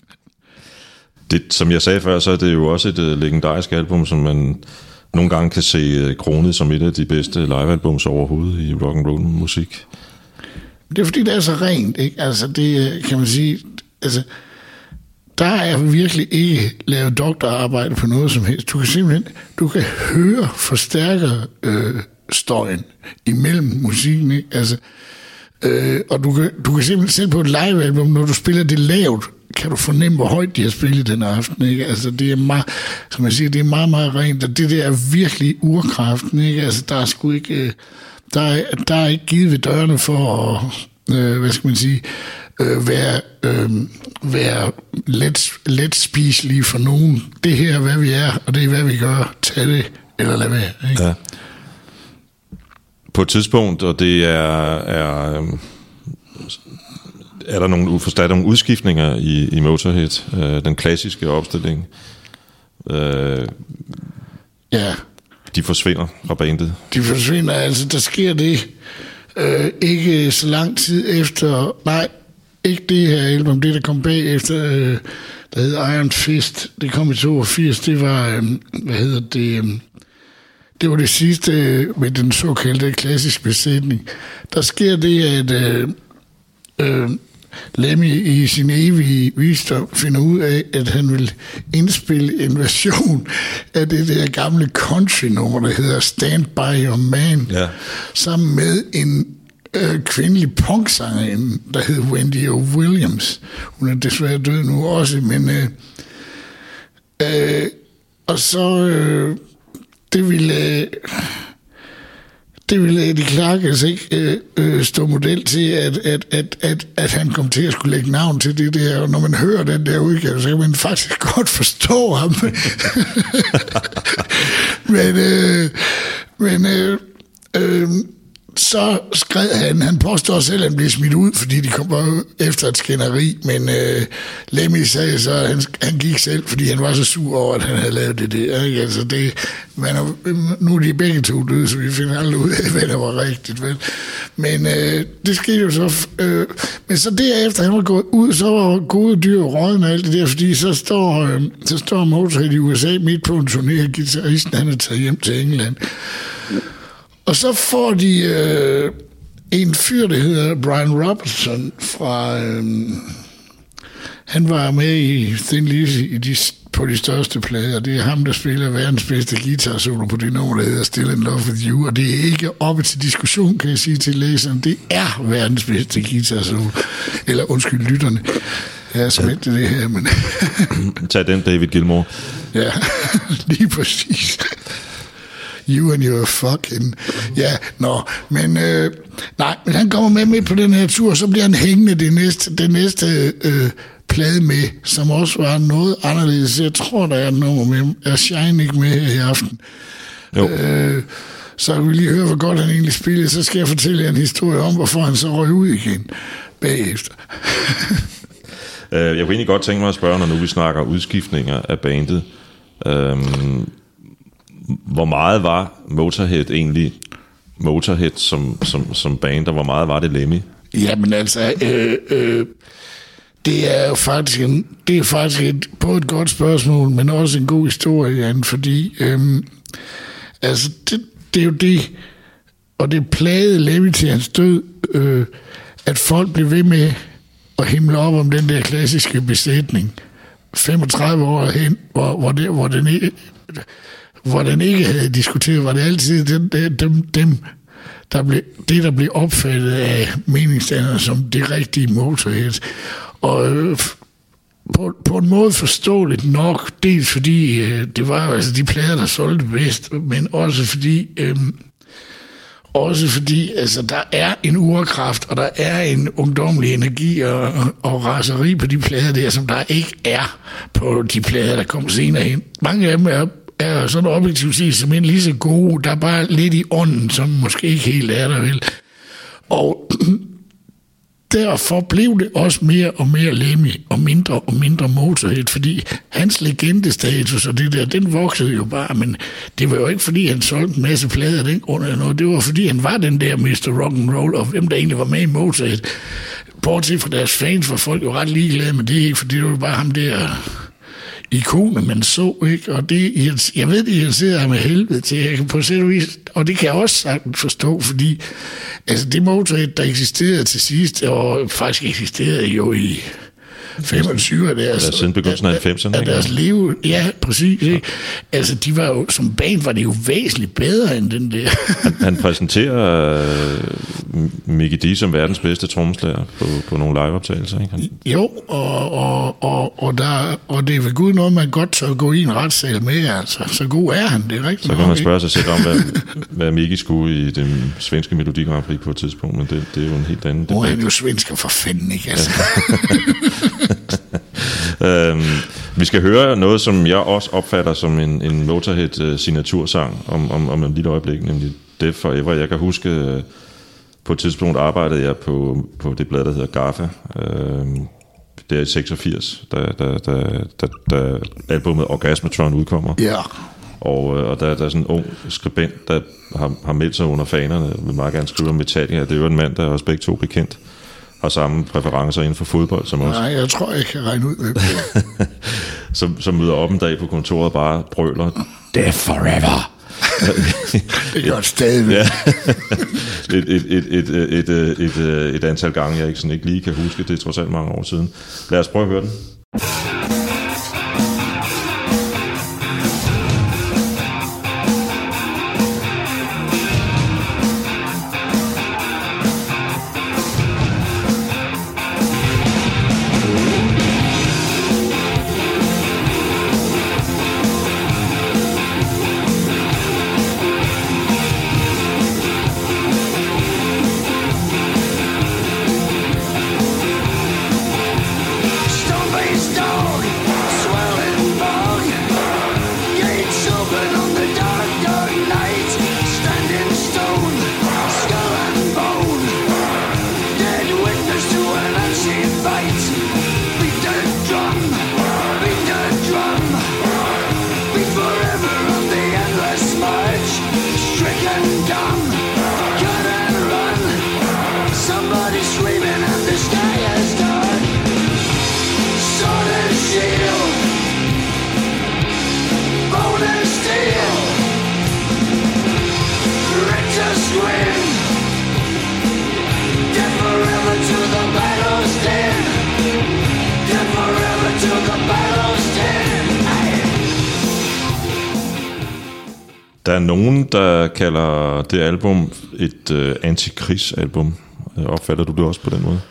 Speaker 1: Det, som jeg sagde før, så er det jo også et legendarisk album, som man nogle gange kan se kronet som et af de bedste livealbums overhovedet i rock'n'roll musik.
Speaker 2: Det er fordi, det er så rent, ikke? Altså det kan man sige, altså der er virkelig ikke lavet doktorarbejde på noget som helst. Du kan simpelthen, høre forstærkerstøjen imellem musikken, ikke? Altså, og du kan simpelthen selv på et livealbum, når du spiller det lavt, kan du fornemme, hvor højt de har spillet den aften, ikke? Altså, det er meget, som jeg siger, det er meget, meget rent, og det der er virkelig urkraften, ikke? Altså, der er sgu ikke, der er ikke givet ved dørene for at, hvad skal man sige, være let spiselige for nogen. Det her er, hvad vi er, og det er, hvad vi gør. Tag det, eller lad være, ikke?
Speaker 1: Ja. På et tidspunkt, og det er Er der nogle udskiftninger i Motorhead, den klassiske opstilling?
Speaker 2: Ja.
Speaker 1: De forsvinder fra bandet.
Speaker 2: De forsvinder, altså der sker det ikke så lang tid efter, nej, ikke det her album, det der kom bagefter, der hedder Iron Fist, det kom i 82, det var, det var det sidste med den såkaldte klassiske besætning. Der sker det, at Lemmy i sin evige visdom finder ud af, at han vil indspille en version af det der gamle country-nummer, der hedder Stand By Your Man, sammen med en kvindelig punksangerinde, der hed Wendy O. Williams. Hun er desværre død nu også, men og så det ville Eddie Clarke altså ikke stå model til, at han kom til at skulle lægge navn til det der, og når man hører den der udgave, så kan man faktisk godt forstå ham. men så skrev han påstår selv, at han blev smidt ud, fordi de kom efter et skænderi, men Lemmy sagde så, at han gik selv, fordi han var så sur over, at han havde lavet det der. Ikke? Altså nu er de begge to døde, så vi finder aldrig ud af, hvad der var rigtigt. Vel? Men det skete jo så. Men så derefter, han var gået ud, så var gode dyr rådne og alt det der, fordi så står Motorhead i USA midt på en turné, og guitaristen han er taget hjem til England. Og så får de en fyr, der hedder Brian Robertson fra... han var med i Thin Lizzy på de største plader. Det er ham, der spiller verdens bedste guitar-solo på det nummer, der hedder Still in Love with You. Og det er ikke oppe til diskussion, kan jeg sige til læseren. Det er verdens bedste guitar-solo. Eller undskyld, lytterne. Jeg er spændt i det her, men...
Speaker 1: Tag den, David Gilmour.
Speaker 2: Ja, lige præcis. You and your fucking... Ja, men... nej, men han kommer med på den her tur, og så bliver han hængende det næste plade med, som også var noget anderledes. Jeg tror, der er et nummer med. Er Shine ikke med her i aften?
Speaker 1: Jo.
Speaker 2: Så vil vi lige høre, hvor godt han egentlig spillede. Så skal jeg fortælle jer en historie om, hvorfor han så røg ud igen bagefter.
Speaker 1: Jeg kunne egentlig godt tænke mig at spørge, når nu vi snakker udskiftninger af bandet. Hvor meget var Motorhead egentlig Motorhead som band, og hvor meget var det Lemmy?
Speaker 2: Jamen altså, det er faktisk både et godt spørgsmål, men også en god historie, Jan, fordi altså det er jo det, og det plagede Lemmy til hans død, at folk blev ved med at himle op om den der klassiske besætning 35 år hen, hvor den ikke havde diskuteret, var det altid dem der blev opfattet af meningsdannere som det rigtige Motorhead. Og på en måde forståeligt nok, dels fordi det var altså de plader, der solgte bedst, men også fordi altså, der er en urkraft, og der er en ungdomlig energi og raseri på de plader der, som der ikke er på de plader, der kom senere hen. Mange af dem er sådan objektivt set som en lige så gode, der er bare lidt i ånden, som måske ikke helt er der vel. Og derfor blev det også mere og mere Lemmy og mindre Motorhead, fordi hans legendestatus og det der, den voksede jo bare, men det var jo ikke fordi han solgte en masse plader den grund eller noget, det var fordi han var den der Mr. Rock'n'Roll, og hvem der egentlig var med i Motorhead. Bortset fra deres fans var folk jo ret ligeglade med det, ikke, fordi det var bare ham der ikoner, man så, ikke? Og det, jeg ved, det irriterer ham med helvede til, jeg kan på sæt og vis, og det kan jeg også sagtens forstå, fordi altså det Motorhead, der eksisterede til sidst, og faktisk eksisterede jo i 25 af deres...
Speaker 1: Siden begyndelsen af 90'erne,
Speaker 2: af deres liv, ja, præcis, ikke? Altså, de var jo, som band var det jo væsentligt bedre end den der.
Speaker 1: Han præsenterer Mikkey D som verdens bedste trommeslager på nogle liveoptagelser, ikke?
Speaker 2: Jo, og det er vel gud noget, man godt tør gå i en retssal med, altså. Så god er han, det er rigtigt.
Speaker 1: Så kan man spørge sig selv om, hvad Mikkey skulle i den svenske Melodi Grand Prix på et tidspunkt, men det er jo en helt anden debat.
Speaker 2: Nu er han jo svensker for fanden, ikke? Altså.
Speaker 1: Vi skal høre noget, som jeg også opfatter som en Motorhead-signatursang om en lille øjeblik, nemlig Death Forever. Jeg kan huske, på et tidspunkt arbejdede jeg på det blad, der hedder GAFFA. Det er i 86, da albumet Orgasmatron udkommer.
Speaker 2: Ja.
Speaker 1: Og der er sådan en ung skribent, der har meldt sig under fanerne, vil meget gerne skrive om Metallica. Det er jo en mand, der er også begge to bekendt, har samme præferencer inden for fodbold som os.
Speaker 2: Nej, jeg tror, jeg kan regne ud med det.
Speaker 1: som møder op en dag på kontoret og bare brøler, Death Forever!
Speaker 2: Det gør det stadigvæk.
Speaker 1: Ja. et antal gange, jeg ikke lige kan huske. Det er trods alt mange år siden. Lad os prøve at høre den. Der er nogen, der kalder det album et antikrigsalbum. Opfatter du det også på den måde?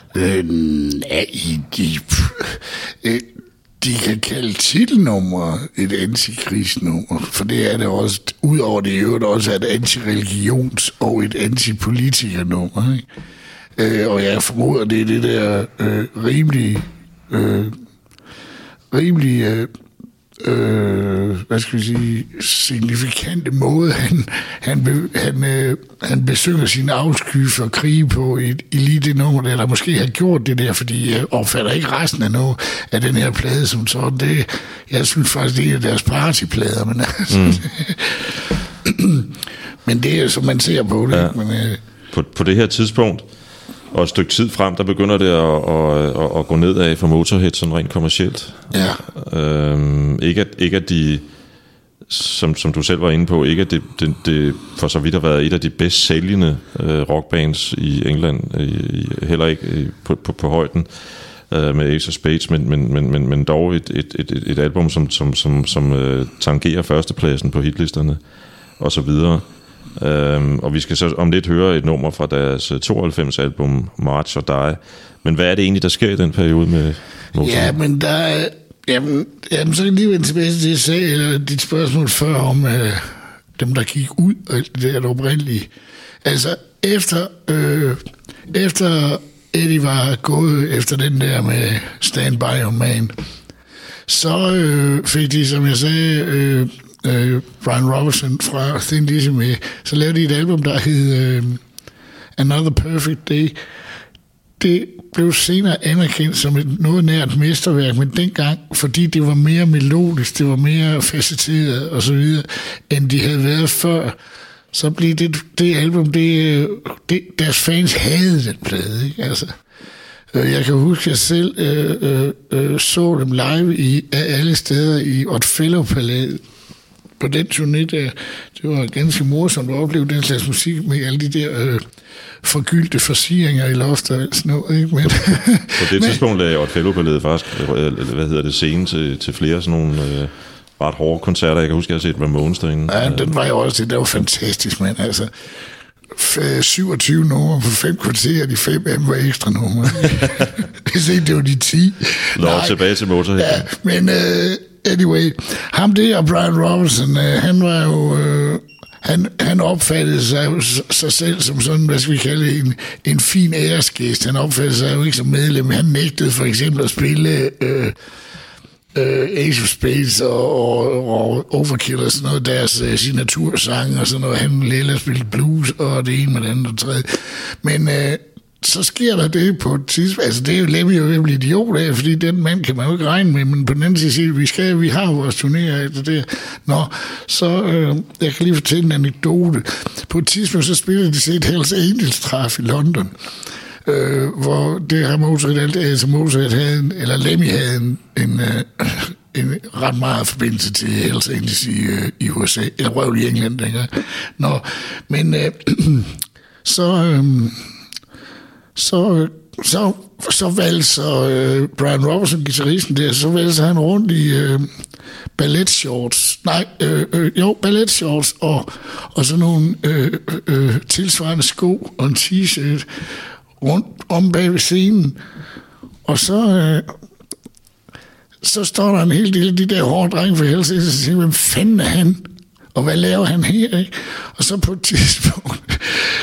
Speaker 2: De kan kalde titelnummer et antikrigsnummer, for det er det også, udover det jo også et antireligions- og et antipolitikernummer. Ikke? Og jeg formoder, det er det der rimelig hvad skal vi sige, signifikante måde, han besynger sin afsky for krig på i lige det nummer, der måske har gjort det der, fordi jeg opfatter ikke resten af noget af den her plade som sådan. Det, jeg synes faktisk, det er deres partyplader, men men det er, som man ser på det. Ja. Men,
Speaker 1: på det her tidspunkt, og et stykke tid frem, der begynder det at gå nedad for Motorhead sådan rent kommercielt.
Speaker 2: Ja.
Speaker 1: Ikke at de, som du selv var inde på, ikke at det for så vidt har været et af de bedst sælgende rockbands i England, heller ikke på højden med Ace of Spades, men dog et album, som tangerer førstepladsen på hitlisterne og så videre. Og vi skal så om lidt høre et nummer fra deres 92 album March or Die. Men hvad er det egentlig, der sker i den periode med Motorhead?
Speaker 2: Ja, men der er jamen så kan lige vende tilbage til det, jeg sagde, eller dit spørgsmål før om dem, der gik ud og alt det der oprindelige. Altså efter Eddie var gået efter den der med Stand By Your Man, så fik de, som jeg sagde, Brian Robertson fra Thin Lizzy med, så lavede de et album, der hed Another Perfect Day. Det blev senere anerkendt som et noget nært mesterværk, men dengang, fordi det var mere melodisk, det var mere facetteret og så videre, end de havde været før, så blev det album, deres fans havde den plade, ikke? Altså, jeg kan huske, at jeg selv så dem live af alle steder i Otfellow-palæet. På den turné der, det var ganske morsomt at opleve den slags musik med alle de der forgyldte forsieringer i loftet og sådan noget, ikke? Men,
Speaker 1: på det tidspunkt lagde Otfellow-palæet faktisk, scenen til flere sådan nogle ret hårde koncerter. Jeg kan huske, at jeg har set Ramones derinde.
Speaker 2: Ja, den var jo også det, der var fantastisk, men altså 27 numre på 5 kvarterer, de 5 af dem var ekstra numre. Hvis ikke det var de 10.
Speaker 1: Nå, tilbage til Motorhead.
Speaker 2: Ja, men anyway, ham der, Brian Robertson, han var jo... Han opfattede sig selv som sådan, hvad skal vi kalde en fin æresgæst. Han opfattede sig jo ikke som medlem. Han nægtede for eksempel at spille Ace of Spades og Overkill og sådan noget, deres signatursange og sådan noget. Han lille spille blues og det ene med det andet og tredje. Men så sker der det på et tidspunkt. Altså det er jo Lemmy jo virkelig idiot af, fordi den mand kan man jo ikke regne med, men på den anden side siger vi har vores turnéer efter det. Nå, så jeg kan lige fortælle en anekdote. På et tidspunkt så spillede de et Hells Angels træf i London, hvor det her Motorhead havde, eller Lemmy havde en ret meget forbindelse til Hells Angels i USA, eller røv i England dengang. Nå, men så valgte Brian Robertson, guitaristen der, så valgte han rundt i balletshorts. Balletshorts og sådan nogle tilsvarende sko og en t-shirt rundt om bag ved scenen. Og så står der en hel del af de der hårde drenge for Hells Angels, og så tænker, hvem fanden er han? Og hvad laver han her, ikke? Og så på et tidspunkt,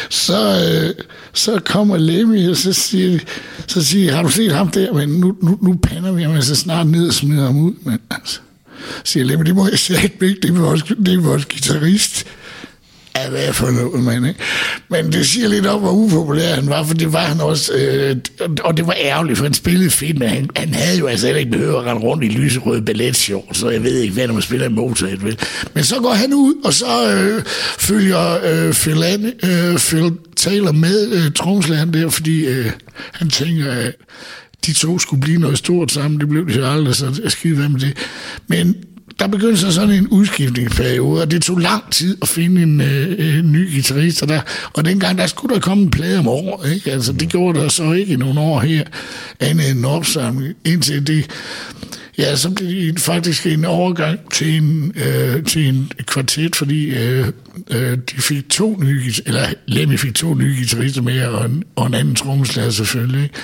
Speaker 2: så kommer Lemmy, og så siger har du set ham der? Men nu pander vi ham altså snart ned og smider ham ud. Men altså, siger Lemmy, det må jeg sige ikke, det er vores guitarist. Ja, hvad er for noget, mand, ikke? Men det siger lidt om, hvor upopulær han var, for det var han også, og det var ærgerligt, for han spillede fedt, men han havde jo altså ikke behøvet at rende rundt i lyserøde balletshorts, så jeg ved ikke, hvad når man spiller en Motorhead, vel? Men så går han ud, og så følger Phil Taylor med trommeslageren der, fordi han tænker, at de to skulle blive noget stort sammen, det blev det jo aldrig, så jeg skide hvad med det. Men der begyndte så sådan en udskiftningsperiode, og det tog lang tid at finde en ny guitarist, og dengang der skulle der komme en plade om året, ikke? Altså det gjorde der så ikke i nogle år her, andet end en opsamling, indtil det, ja, så blev det faktisk en overgang til en kvartet, fordi de fik Lemmy fik 2 nye guitarister med, og en anden trommeslager selvfølgelig, ikke?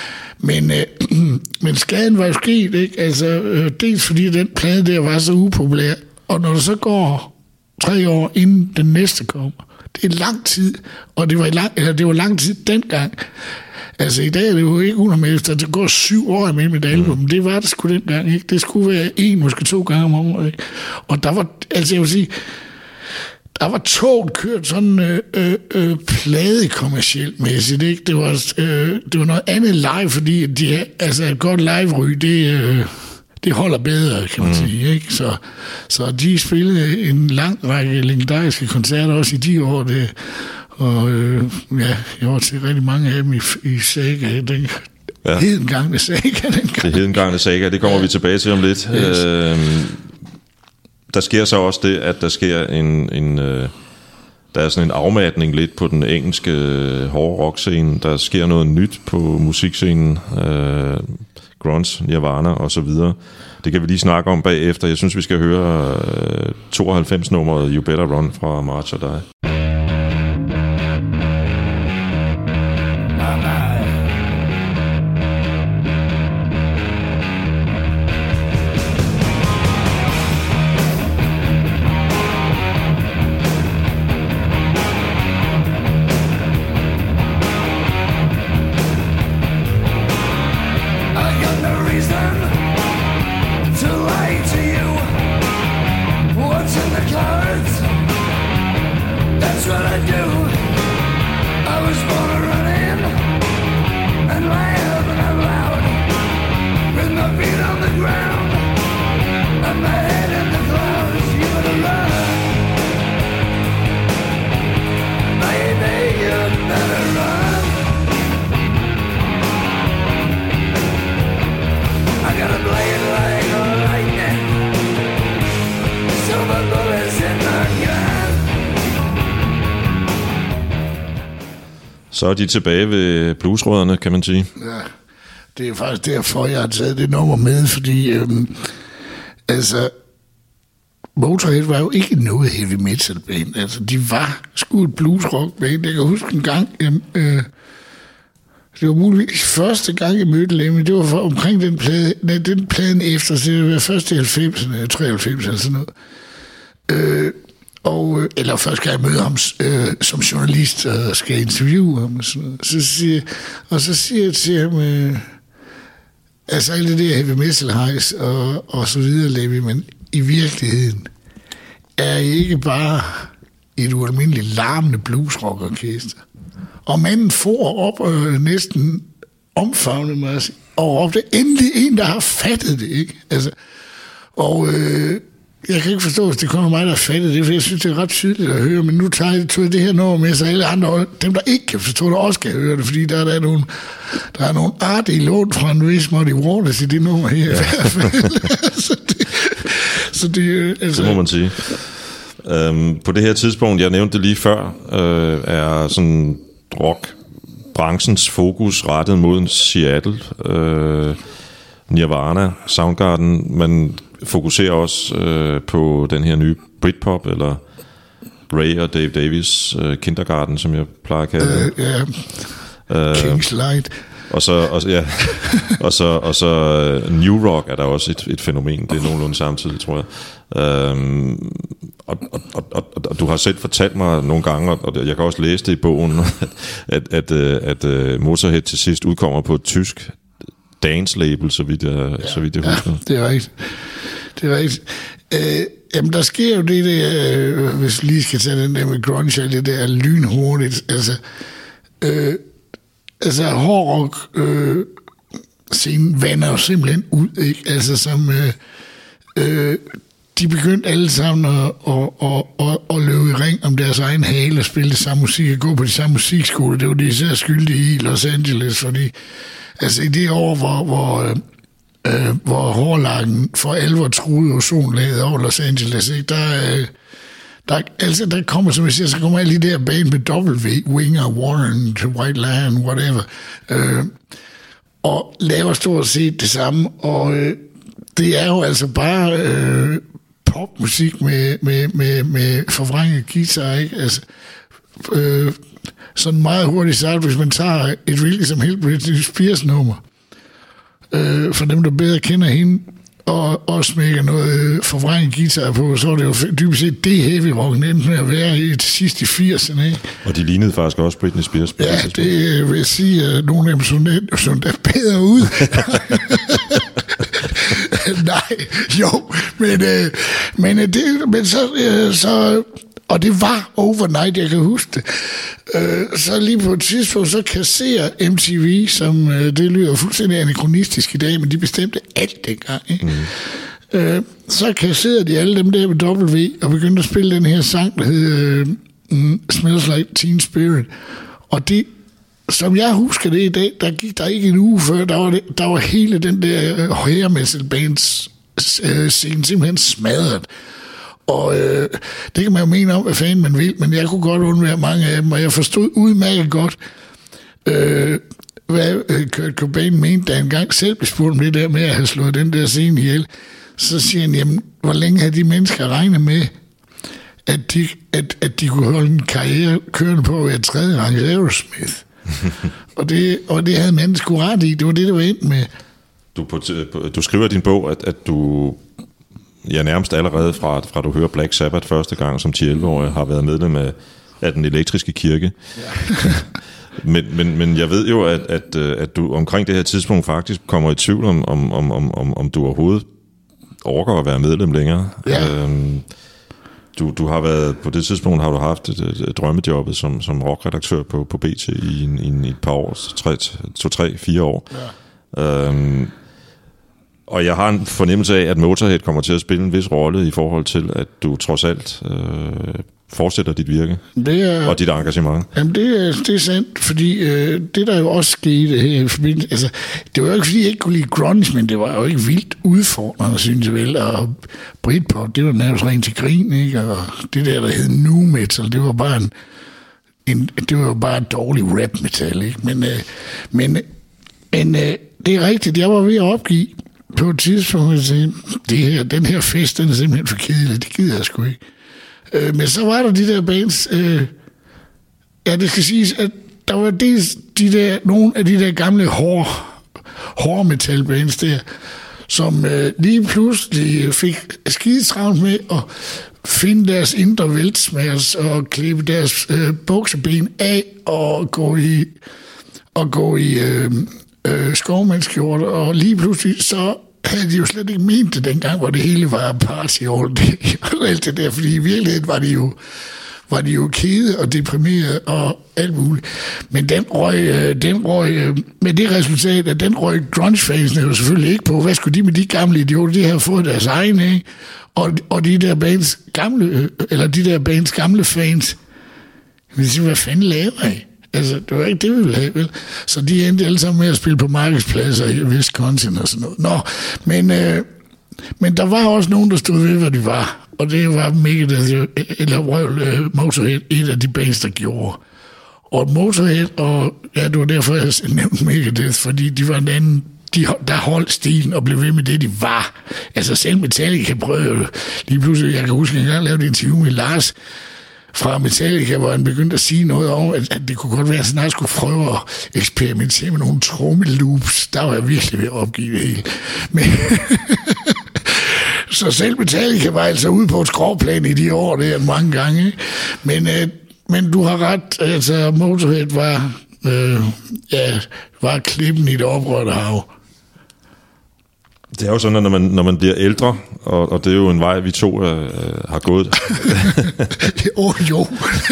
Speaker 2: Men skaden var jo sket, ikke? Altså, dels fordi den plade der var så upopulær, og når der så går 3 år, inden den næste kommer, det er lang tid, og det var lang tid dengang. Altså, i dag er det jo ikke unormalt, at det går 7 år imellem et album. Det var det sgu dengang, ikke? Det skulle være 1, måske 2 gange om året, ikke? Og der var, altså jeg vil sige, der var toget kørt sådan pladekommercielt mæssigt, ikke? Det var noget andet live, fordi et godt live-ryg, det holder bedre, kan man sige, ikke? Så de spillede en lang række legendariske koncerter også i de år, det, og jeg var til rigtig mange af dem i Saga, den hedengangne Saga.
Speaker 1: Det hedengangne Saga, det kommer vi tilbage til om lidt. Yes. Der sker så også det, at der sker der er sådan en afmatning lidt på den engelske hårde rock-scene. Der sker noget nyt på musikscenen, grunge, Nirvana og så videre. Det kan vi lige snakke om bagefter. Jeg synes, vi skal høre 92-nummeret You Better Run fra March or Die. Så er de tilbage ved bluesrødderne, kan man sige.
Speaker 2: Ja, det er faktisk derfor, jeg har taget det nummer med, fordi Motorhead var jo ikke noget heavy metal band. Altså, de var sgu et bluesrock band. Jeg kan huske en gang, det var muligvis første gang, jeg mødte Lemmy. Det var omkring den pladen efter, så det var først i 90'erne, 93 eller sådan noget. Eller først skal jeg møde ham som journalist og skal interviewe ham og sådan noget. Så siger jeg til ham, altså alt det der heavy metal hejs og så videre, Levi, men i virkeligheden er I ikke bare et ualmindeligt larmende bluesrockorkester. Og manden for op og næsten omfavnede mig og råbte, endelig en, der har fattet det, ikke? Altså, og jeg kan ikke forstå, hvis det kun er mig, der har fattet det, for jeg synes, det er ret tydeligt at høre, men nu tager jeg det her nummer med, så alle andre, dem der ikke kan forstå det, også kan høre det, fordi der er nogle artige lån fra en vis Muddy Waters i det nummer her. Ja. så det, altså,
Speaker 1: det må man sige. På det her tidspunkt, jeg nævnte det lige før, er sådan rockbranchens fokus rettet mod Seattle, Nirvana, Soundgarden. Man fokuserer også på den her nye Britpop, eller Ray og Dave Davies Kindergarten, som jeg plejer at kalde det.
Speaker 2: King's Light.
Speaker 1: Og så New Rock er der også et fænomen. Det er nogenlunde samtidig, tror jeg. Og du har selv fortalt mig nogle gange, og jeg kan også læse det i bogen, at Motorhead til sidst udkommer på et tysk dance-label, så vidt jeg husker.
Speaker 2: Det er rigtigt. Jamen, der sker jo det der, hvis vi lige skal tage den der med grunge, det der lynhurtigt. Altså hårdrock scenen vander jo simpelthen ud, ikke? Altså som de begyndte alle sammen at løbe i ring om deres egen hale og spille det samme musik og gå på de samme musikskoler. Det var de især skyldige i Los Angeles, fordi altså i det år, hvor hårlagen for alvor truede ozonlaget over Los Angeles, ikke? Der kommer, som jeg siger, så kommer alle de der band med W, Winger, Warren, White Lion, whatever, og laver stort set det samme, og det er jo altså bare popmusik med forvrænget guitar, ikke? Altså, sådan meget hurtigt sagt, hvis man tager et hvilket som helst Britney Spears nummer, for dem, der bedre kender hende, og smækker noget forvrænget guitar på, så er det jo dybest set det heavy rock endte med at være til sidst i 80'erne, ikke?
Speaker 1: Og de lignede faktisk også Britney Spears.
Speaker 2: Ja, det vil jeg sige, at nogle af dem så der bedre ud. Nej, jo, men så og det var overnight, jeg kan huske det. Så lige på et tidspunkt, så kasserer MTV, som det lyder fuldstændig anachronistisk i dag, men de bestemte alt dengang, ikke? Så kasserede de alle dem der med W, og begyndte at spille den her sang, der hed Smells Like Teen Spirit. Og det, som jeg husker det i dag, der gik der ikke en uge før, der var hele den der hair metal bands scene simpelthen smadret. Og det kan man jo mene om, hvad fanden man vil, men jeg kunne godt undvære mange af dem, og jeg forstod udmærket godt, hvad Kurt Cobain mente, da engang selv blev spurgt om det der med at have slået den der scene ihjel. Så siger han, jamen, hvor længe havde de mennesker regnet med, at de kunne holde en karriere kørende på at være tredje rangs Aerosmith. og det havde man sgu ret i, det var det, der var endt med.
Speaker 1: Du skriver i din bog, at du nærmest allerede fra du hører Black Sabbath første gang som 10-11-årig, har været medlem af den elektriske kirke. Ja. men jeg ved jo, at du omkring det her tidspunkt faktisk kommer i tvivl om du overhovedet orker at være medlem længere. Ja. Du har været, på det tidspunkt har du haft et drømmejobbet som rockredaktør på BT i et par år, 2-3-4 år. Ja. Og jeg har en fornemmelse af, at Motorhead kommer til at spille en vis rolle i forhold til, at du trods alt fortsætter dit virke og dit engagement.
Speaker 2: Jamen det er sandt, fordi det der jo også skete her i forbindelse, altså det var jo ikke fordi jeg ikke kunne lide grunge, men det var jo ikke vildt udfordrende, synes jeg vel, og Britpop, det var nærmest rent til grin, ikke? Og det der hed nu metal, det var bare det var jo bare en dårlig rap metal, ikke? Men det er rigtigt, jeg var ved at opgive på et tidspunkt, at sige, den her fest, den er simpelthen for kedelig, det gider jeg sgu ikke. Men så var der de der bands, det skal siges, at der var dels nogle af de der gamle hårde metalbands der, som lige pludselig fik skidetravlt med at finde deres indre væltsmærs og klippe deres bukseben af og gå i skovmandskjorte, og lige pludselig så havde de jo slet ikke ment det dengang, hvor det hele var party all day, og alt det der, fordi i virkeligheden var de jo kede og deprimeret og alt muligt. Men den røg med det resultat, at den røg grunge-fansene jo selvfølgelig ikke på. Hvad skulle de med de gamle idioter? De havde fået deres egne, ikke? Og de der bands gamle fans, hvad fanden laver I? Altså, det var ikke det, vi ville have, vel? Så de endte alle sammen med at spille på markedspladser i Wisconsin og sådan noget. Nå, men der var også nogen, der stod ved, hvad de var. Og det var Motorhead, et af de bands, der gjorde. Og Motorhead, og ja, det var derfor, jeg nævnte Megadeth, fordi de var en anden, der holdt stilen og blev ved med det, de var. Altså selv Metallica prøvede lige pludselig, jeg kan huske, at jeg lavede et interview med Lars fra Metallica, hvor han begyndte at sige noget om, at det kunne godt være, at jeg skulle prøve at eksperimentere med nogle trommeloops. Der var jeg virkelig ved at opgive det hele. Men så selv Metallica var altså ude på et skråplan i de år, det er mange gange. Men du har ret, altså Motorhead var klippen i det oprørte hav.
Speaker 1: Det er jo sådan, at når man bliver ældre, og det er jo en vej, vi to har gået.
Speaker 2: Jo.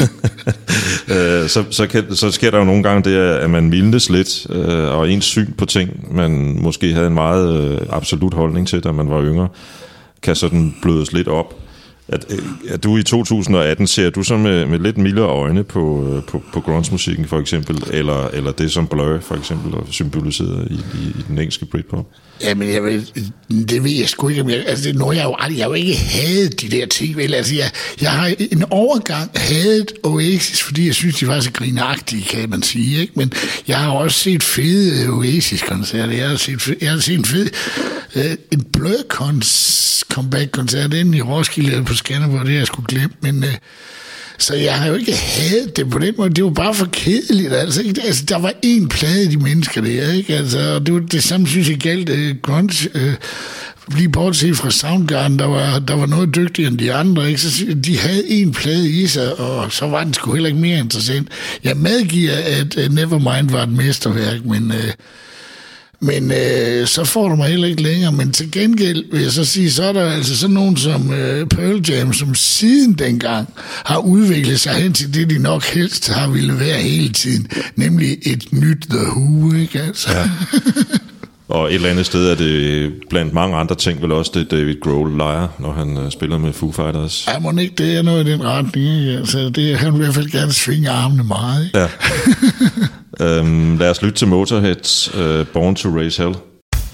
Speaker 1: så sker der jo nogle gange det, at man mildnes lidt, og ens syn på ting, man måske havde en meget absolut holdning til, da man var yngre, kan sådan blødes lidt op. At du i 2018 ser du så med lidt mildere øjne på grunge-musikken for eksempel, eller det som Blur for eksempel og symboliseret i den engelske Britpop?
Speaker 2: Jamen, det ved jeg sgu ikke. Altså, det er noget, jeg har jo ikke hadet de der ting, vel? Altså, jeg har en overgang hadet Oasis, fordi jeg synes, de var så grinagtige, kan man sige, ikke? Men jeg har også set fede Oasis-koncerter. Jeg har set en fed en Blur comeback-koncert inde i Roskilde på Skanderborg, det jeg skulle glemme, men så jeg har jo ikke hadet det på den måde. Det var bare for kedeligt, altså. Der var én plade i de mennesker der, ikke? Altså, det samme synes jeg galt grunge, lige bortset fra Soundgarden, der var noget dygtigere end de andre, ikke? Så de havde én plade i sig, og så var den sgu heller ikke mere interessant. Jeg medgiver, at Nevermind var et mesterværk, men så får du mig heller ikke længere. Men til gengæld vil jeg så sige, så er der altså sådan nogen som Pearl Jam, som siden dengang har udviklet sig hen til det, de nok helst har ville være hele tiden, nemlig et nyt The Who, ikke altså? Ja.
Speaker 1: Og et eller andet sted er det blandt mange andre ting vel også det David Grohl leger, når han spiller med Foo Fighters.
Speaker 2: Ja, må ikke det er noget i den retning, ikke? Altså, det han vil i hvert fald gerne svinge armene meget, ikke?
Speaker 1: Ja. Lad os lytte til Motorheads Born to Raise Hell.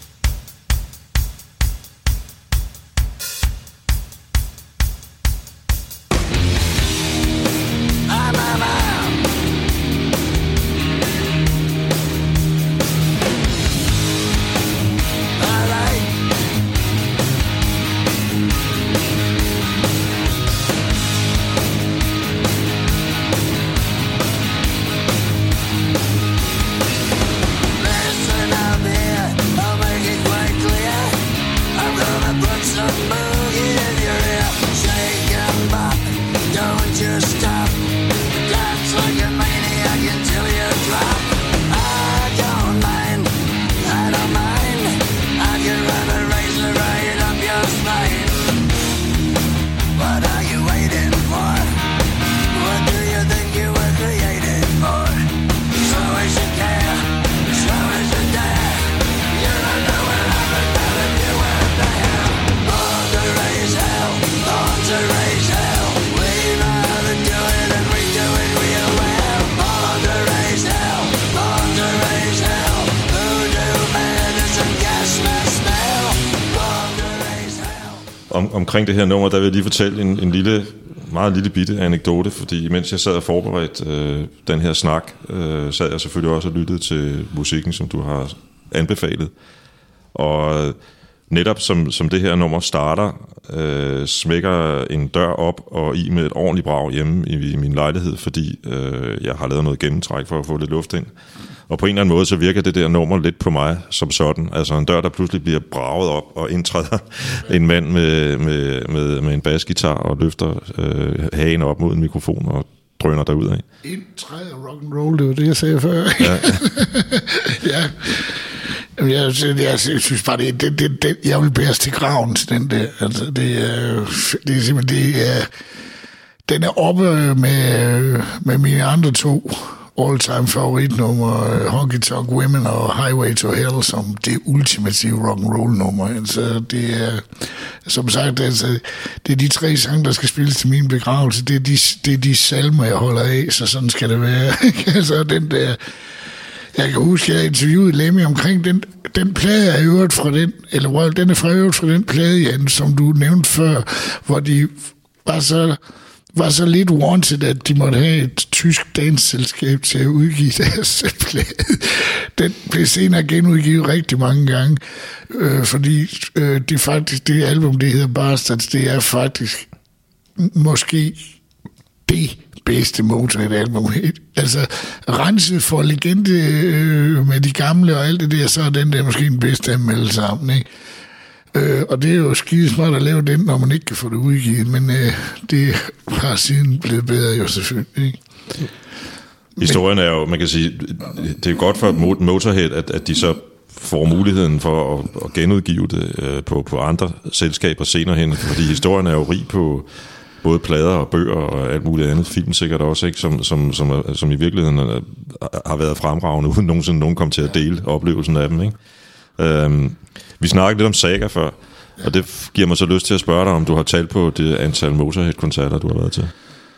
Speaker 1: Omkring det her nummer, der vil jeg lige fortælle en meget lille bitte anekdote, fordi mens jeg sad og forberedte den her snak, sad jeg selvfølgelig også og lyttede til musikken, som du har anbefalet. Og netop som det her nummer starter, smækker en dør op og i med et ordentligt brag hjemme i min lejlighed, fordi jeg har lavet noget gennemtræk for at få lidt luft ind. Og på en eller anden måde, så virker det der nummer lidt på mig som sådan. Altså en dør, der pludselig bliver braget op, og indtræder en mand med en basgitar og løfter hagen op mod en mikrofon og drøner derudad.
Speaker 2: Indtræder rock'n'roll, det var det, jeg sagde før. Ja. Ja. Jeg synes bare, det jeg vil bæres til graven til den der. Altså, det er simpelthen, den er oppe med mine andre 2 all-time favoritnummer, Honky Tonk Women og Highway to Hell, som det ultimative rock'n'roll nummer. Altså, det er, som sagt, altså, det er de 3 sange, der skal spilles til min begravelse. Det er de salmer, jeg holder af, så sådan skal det være. Altså, den der... Jeg kan huske, at jeg interviewede Lemmy omkring den plade er øvrigt fra den, eller den er fra øvrigt fra den plade, Jan, som du nævnte før, hvor de var så lidt wanted, at de måtte have et tysk dansselskab til at udgive deres plade. Den blev senere genudgivet rigtig mange gange, fordi det album, det hedder Bastards, det er faktisk måske det bedste Motorhead-album. Altså, renset for legende med de gamle og alt det der, så er den der måske den bedste af dem alle sammen, ikke? Og det er jo skidesmart at lave den, når man ikke kan få det udgivet, men det har siden blevet bedre jo selvfølgelig, ikke?
Speaker 1: Historien er jo, man kan sige, det er godt for Motorhead, at de så får muligheden for at genudgive det på andre selskaber senere hen, fordi historien er jo rig på både plader og bøger og alt muligt andet, film sikkert også, ikke? Som i virkeligheden har været fremragende, uden nogensinde nogen kom til at dele oplevelsen af dem, ikke? Vi snakkede lidt om Saga før, og det giver mig så lyst til at spørge dig, om du har talt på det antal Motorhead-koncerter, du har været til.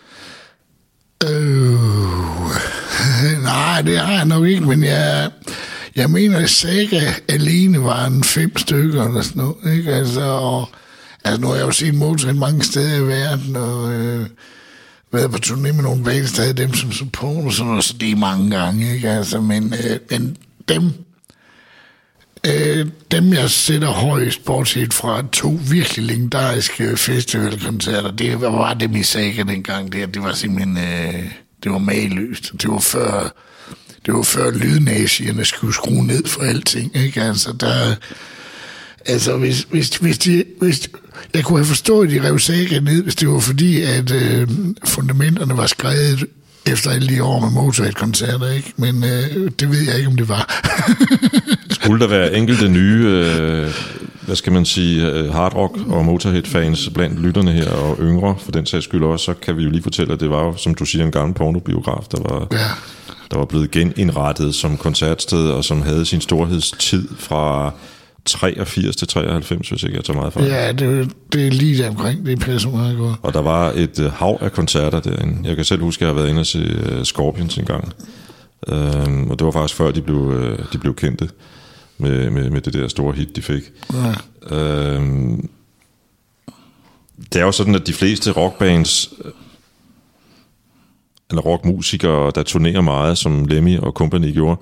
Speaker 2: Nej, det har jeg nok ikke, men jeg mener, at Saga alene var en 5 stykker eller sådan noget, ikke? Altså, nu har jeg jo set Motorhead mange steder i verden, og været på turné med nogle bands, der havde dem som support og sådan noget, så det er mange gange, ikke? Altså, men dem jeg sætter højst, bortset fra 2 virkelig legendariske festivalkoncerter, det var dem i Saga dengang, det var simpelthen, det var mageløst. Det var før lydnazierne skulle skrue ned for alting, ikke? Altså, hvis jeg kunne have forstået, at de rev Saga ned, hvis det var fordi, at fundamenterne var skrevet efter alle de år med Motorhead-koncerter, ikke? Men det ved jeg ikke, om det var.
Speaker 1: Skulle der være enkelte nye, hvad skal man sige, hardrock og Motorhead-fans blandt lytterne her, og yngre, for den sags skyld også, så kan vi jo lige fortælle, at det var jo, som du siger, en gammel pornobiograf, der var blevet genindrettet som koncertsted, og som havde sin storhedstid fra 83 til 93, hvis ikke jeg tager meget fra. Ja,
Speaker 2: det er lige der omkring, det passer meget godt.
Speaker 1: Og der var et hav af koncerter derinde. Jeg kan selv huske, at jeg har været inde og se Scorpions engang. Og det var faktisk før, de blev kendte med det der store hit, de fik. Ja. Det er jo sådan, at de fleste rockbands, eller rockmusikere, der turnerer meget, som Lemmy og Company gjorde,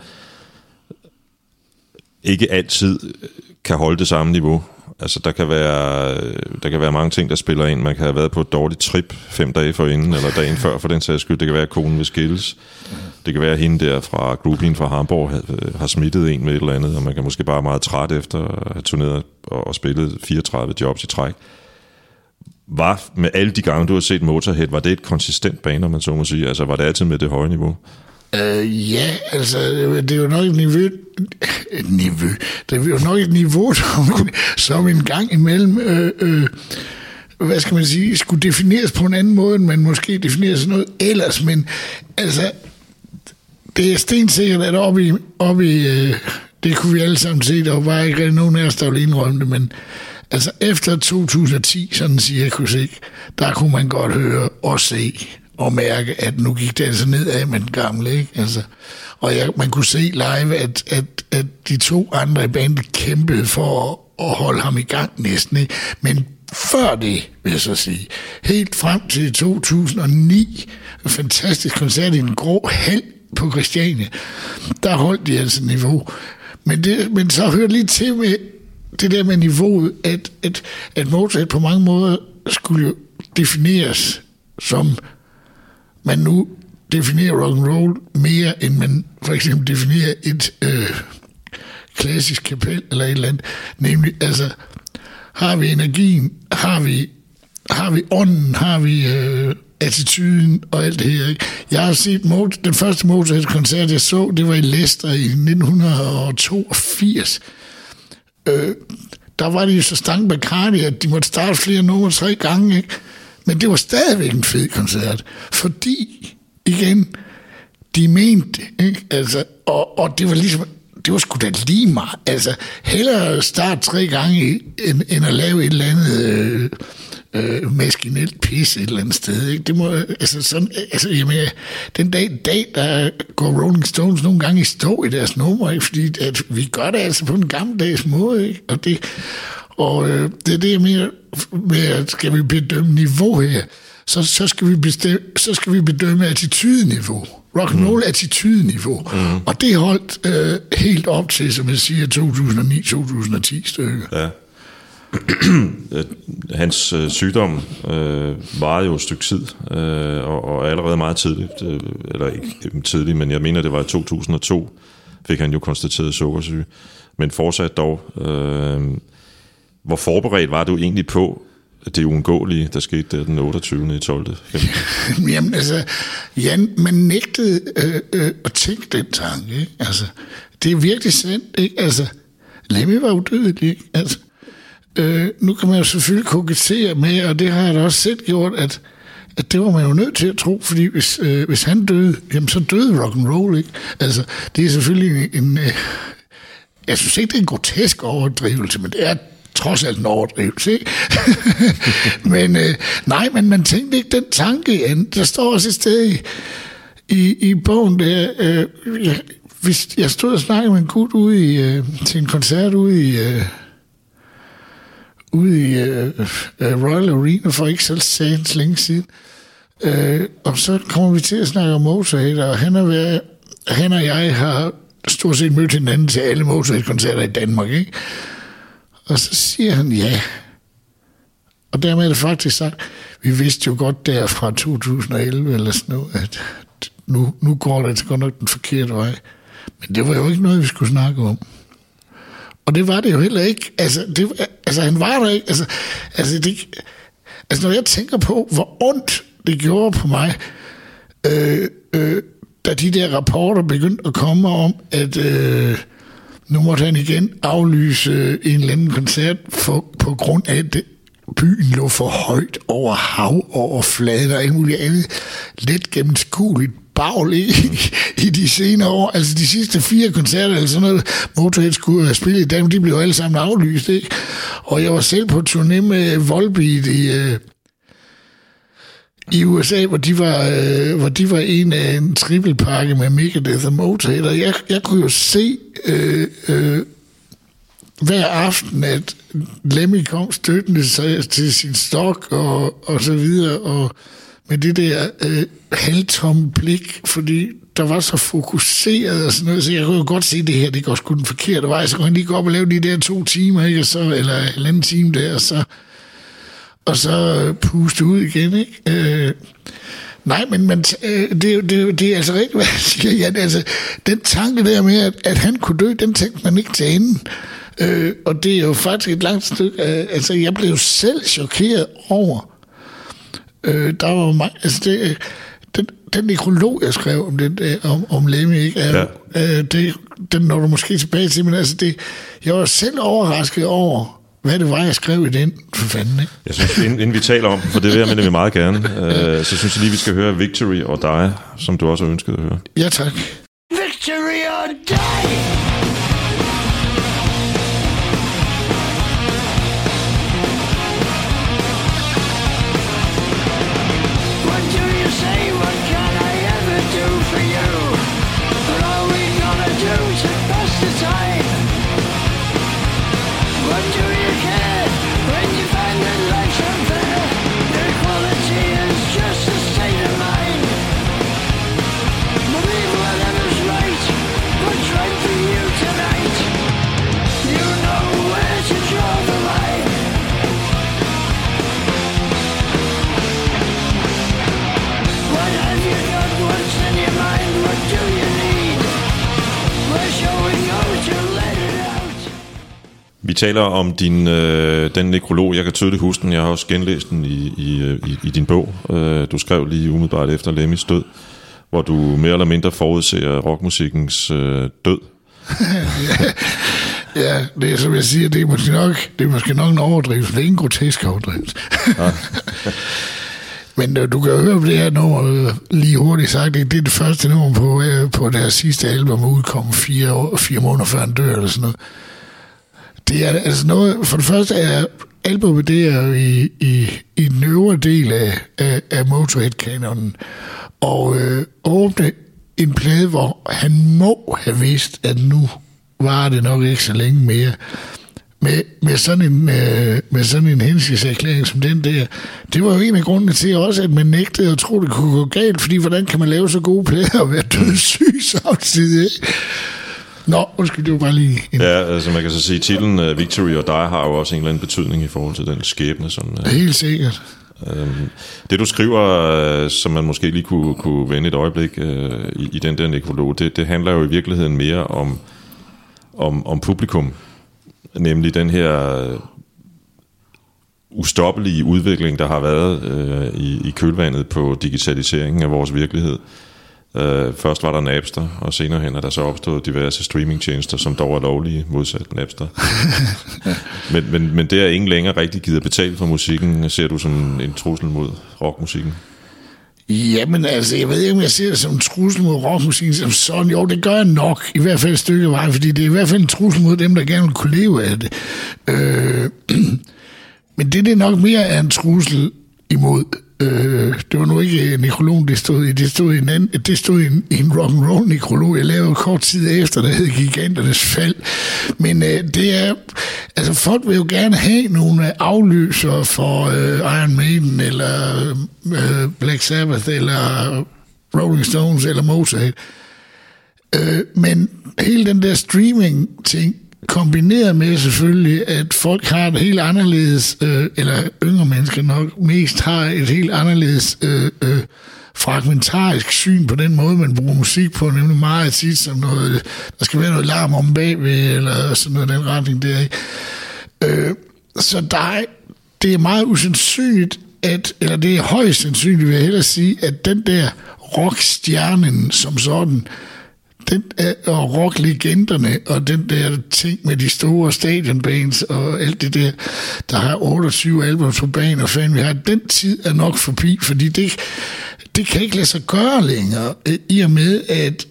Speaker 1: ikke altid kan holde det samme niveau. Altså, der kan være mange ting, der spiller ind. Man kan have været på et dårligt trip 5 dage forinden, eller dagen før for den sags skyld. Det kan være, at konen vil skilles. Det kan være, at hende der fra groupien fra Hamburg har smittet en med et eller andet, og man kan måske bare meget træt efter at have turneret og spillet 34 jobs i træk. Var med alle de gange, du har set Motorhead, var det et konsistent bane, om man så må sige? Altså, var det altid med det høje niveau?
Speaker 2: Ja, altså, det er jo nok et niveau. Det er jo nok et niveau, som en gang imellem, hvad skal man sige, skulle defineres på en anden måde, end man måske definerer sådan noget ellers, men altså, det er stensikkert, at oppe i det kunne vi alle sammen se, der var ikke rigtig nogen af os, der ville indrømme det, men altså efter 2010, sådan siger jeg, kunne se, der kunne man godt høre og se og mærke, at nu gik det altså nedad med den gamle, ikke? Altså, og man kunne se live, at de 2 andre i bandet kæmpede for at holde ham i gang næsten, ikke? Men før det, vil jeg så sige, helt frem til 2009, en fantastisk koncert i den grå hal på Christiania, der holdt de altså niveau. Men så hørte lige til med det der med niveauet, at Motorhead på mange måder skulle jo defineres som man nu definerer rock'n'roll mere, end man for eksempel definerer et klassisk kapel eller et eller andet. Nemlig, altså, har vi energien, har vi har vi ånden, har vi attituden og alt det her. Ikke? Jeg har set den første Motorhead-koncert, jeg så, det var i Leicester i 1982. Der var det jo så stank bacardi, at de måtte starte flere numre 3 gange, ikke? Men det var stadigvæk en fed koncert, fordi, igen, de mente, ikke? Altså, og det var ligesom, det var sgu da lige meget. Altså, hellere starte 3 gange, end at lave et eller andet maskinelt pis et eller andet sted. Ikke? Det må, altså, sådan, altså, jamen, den dag, der går Rolling Stones nogle gange i stå i deres nummer, ikke? Fordi at vi gør det altså på en gammeldags måde, ikke? Og det er det, jeg mener med, at skal vi bedømme niveau her, så skal vi bedømme attitydeniveau. Rock'n'roll attitydeniveau. Og det holdt helt op til, som jeg siger, 2009-2010 stykker.
Speaker 1: Ja. Hans sygdom varede jo et stykke tid, og allerede meget tidligt, eller ikke tidligt, men jeg mener, det var i 2002, fik han jo konstateret sukkersyge, men fortsat dog. Hvor forberedt var du egentlig på det uundgåelige, der skete der den 28. i 12.
Speaker 2: Jamen altså, Jan, man nægtede at tænke den tanke, ikke? Altså, det er virkelig sandt, ikke? Altså, Lemmy var udødelig, ikke? Altså, nu kan man jo selvfølgelig kokettere med, og det har jeg da også selv gjort, at det var man jo nødt til at tro, fordi hvis han døde, jamen så døde rock'n'roll, ikke? Altså, det er selvfølgelig jeg synes ikke, det er en grotesk overdrivelse, men det er trods alt en overdrivelse, ikke? Men nej, men man tænkte ikke den tanke igen. Der står også et sted i bogen der, jeg stod og snakkede med en gut ude til en koncert ude i Royal Arena for ikke så sandt længe siden. Og så kommer vi til at snakke om Motorhead, og han og jeg har stort set mødt hinanden til alle Motorhead-koncerter i Danmark, ikke? Og så siger han ja. Og dermed er det faktisk sagt, vi vidste jo godt der fra 2011 eller sådan noget, at nu går det godt nok den forkerte vej. Men det var jo ikke noget, vi skulle snakke om. Og det var det jo heller ikke. Altså han var der ikke. Altså når jeg tænker på, hvor ondt det gjorde på mig, da de der rapporter begyndte at komme om, at nu måtte han igen aflyse en eller anden koncert på grund af, at byen lå for højt over havoverfladen og alt muligt andet let gennemskueligt bagl i de senere år. Altså de sidste 4 koncerter eller sådan noget, Motorhead skulle have spillet i dag, de blev alle sammen aflyst, ikke? Og jeg var selv på turné med Volbeat i USA, hvor de var en af en trippelpakke med Megadeth og Motorhead, og jeg kunne jo se hver aften, at Lemmy kom støttende sig til sin stok og så videre, og med det der halvtomme blik, fordi der var så fokuseret og sådan noget, så jeg kunne jo godt se, at det her, det går sgu den forkerte vej, så kunne han lige gå op og lave de der 2 timer, ikke? Og så, eller 1,5 time der, og så puste ud igen, ikke? Nej, men det er altså rigtigt, hvad jeg siger, Jan. Altså, den tanke der med, at han kunne dø, den tænkte man ikke til enden. Og det er jo faktisk et langt stykke. Altså, jeg blev selv chokeret over. Der var mig, altså den nekrolog, jeg skrev om om Lemmy, ikke? Den når du måske tilbage til, men altså jeg var selv overrasket over, hvad det var, jeg skrev i den, for fanden, ikke? Jeg
Speaker 1: synes, inden vi taler om, for det vil jeg nemlig meget gerne, så synes jeg lige, vi skal høre Victory or Die, som du også har ønsket at høre.
Speaker 2: Ja, tak.
Speaker 4: Victory or Die!
Speaker 5: Equality is just a state of mind. Believe whatever
Speaker 1: taler om den nekrolog. Jeg kan tydeligt huske den. Jeg har også genlæst den i din bog. Du skrev lige umiddelbart efter Lemmys død, hvor du mere eller mindre forudser rockmusikkens død.
Speaker 2: Ja, det er som jeg siger, det er måske nok en overdrivelse. Det er en grotesk overdrivelse. Ja. Men du kan jo høre på det her nummer, lige hurtigt sagt, det er det første nummer på deres sidste album, udkom 4 måneder før han dør, eller sådan noget. Det er altså noget, for det første er albumet, det er jo i den øvre del af Motorhead-kanonen, og åbne en plade, hvor han må have vidst, at nu var det nok ikke så længe mere. Med sådan en hensigtserklæring som den der, det var jo en af grundene til også, at man nægtede at tro, det kunne gå galt, fordi hvordan kan man lave så gode plader og være dødssyg samtidig? Nå, undskyld, det var bare lige...
Speaker 1: Ja, altså man kan så sige, titlen Victory or Die har jo også en eller anden betydning i forhold til den skæbne, som...
Speaker 2: Helt sikkert.
Speaker 1: Det du skriver, som man måske lige kunne vende et øjeblik i den der nekrolog, det handler jo i virkeligheden mere om publikum, nemlig den her ustoppelige udvikling, der har været i kølvandet på digitaliseringen af vores virkelighed. Først var der Napster, og senere hen er der så opstået diverse streamingtjenester, som dog er lovlige, modsat Napster. men det er ingen længere rigtig givet at betale for musikken. Ser du som en trussel mod rockmusikken?
Speaker 2: Jamen altså, jeg ved ikke, om jeg ser det som en trussel mod rockmusikken som sådan. Jo, det gør jeg nok, i hvert fald et stykke af vejen, fordi det er i hvert fald en trussel mod dem, der gerne vil kunne leve af det. Men det nok mere er en trussel imod. Det var nu ikke nekrologen, det stod i en rock'n'roll nekrolog, jeg lavede kort tid efter, der hed Giganternes Fald. Men det er, altså folk vil jo gerne have nogle afløser for Iron Maiden, eller Black Sabbath, eller Rolling Stones, eller Motorhead. Men hele den der streaming-ting, kombineret med selvfølgelig, at folk har et helt anderledes, eller yngre mennesker nok mest har et helt anderledes fragmentarisk syn på den måde, man bruger musik på, nemlig meget tit som noget, der skal være noget larm om bagved, eller sådan noget den retning der. Så det er meget usandsynligt, eller det er højst sandsynligt, vil jeg hellere sige, at den der rockstjernen som sådan, og rocklegenderne, og den der ting med de store stadionbands, og alt det der har 28 albums på banen, og fanden vi har, den tid er nok forbi, fordi det kan ikke lade sig gøre længere, i og med, at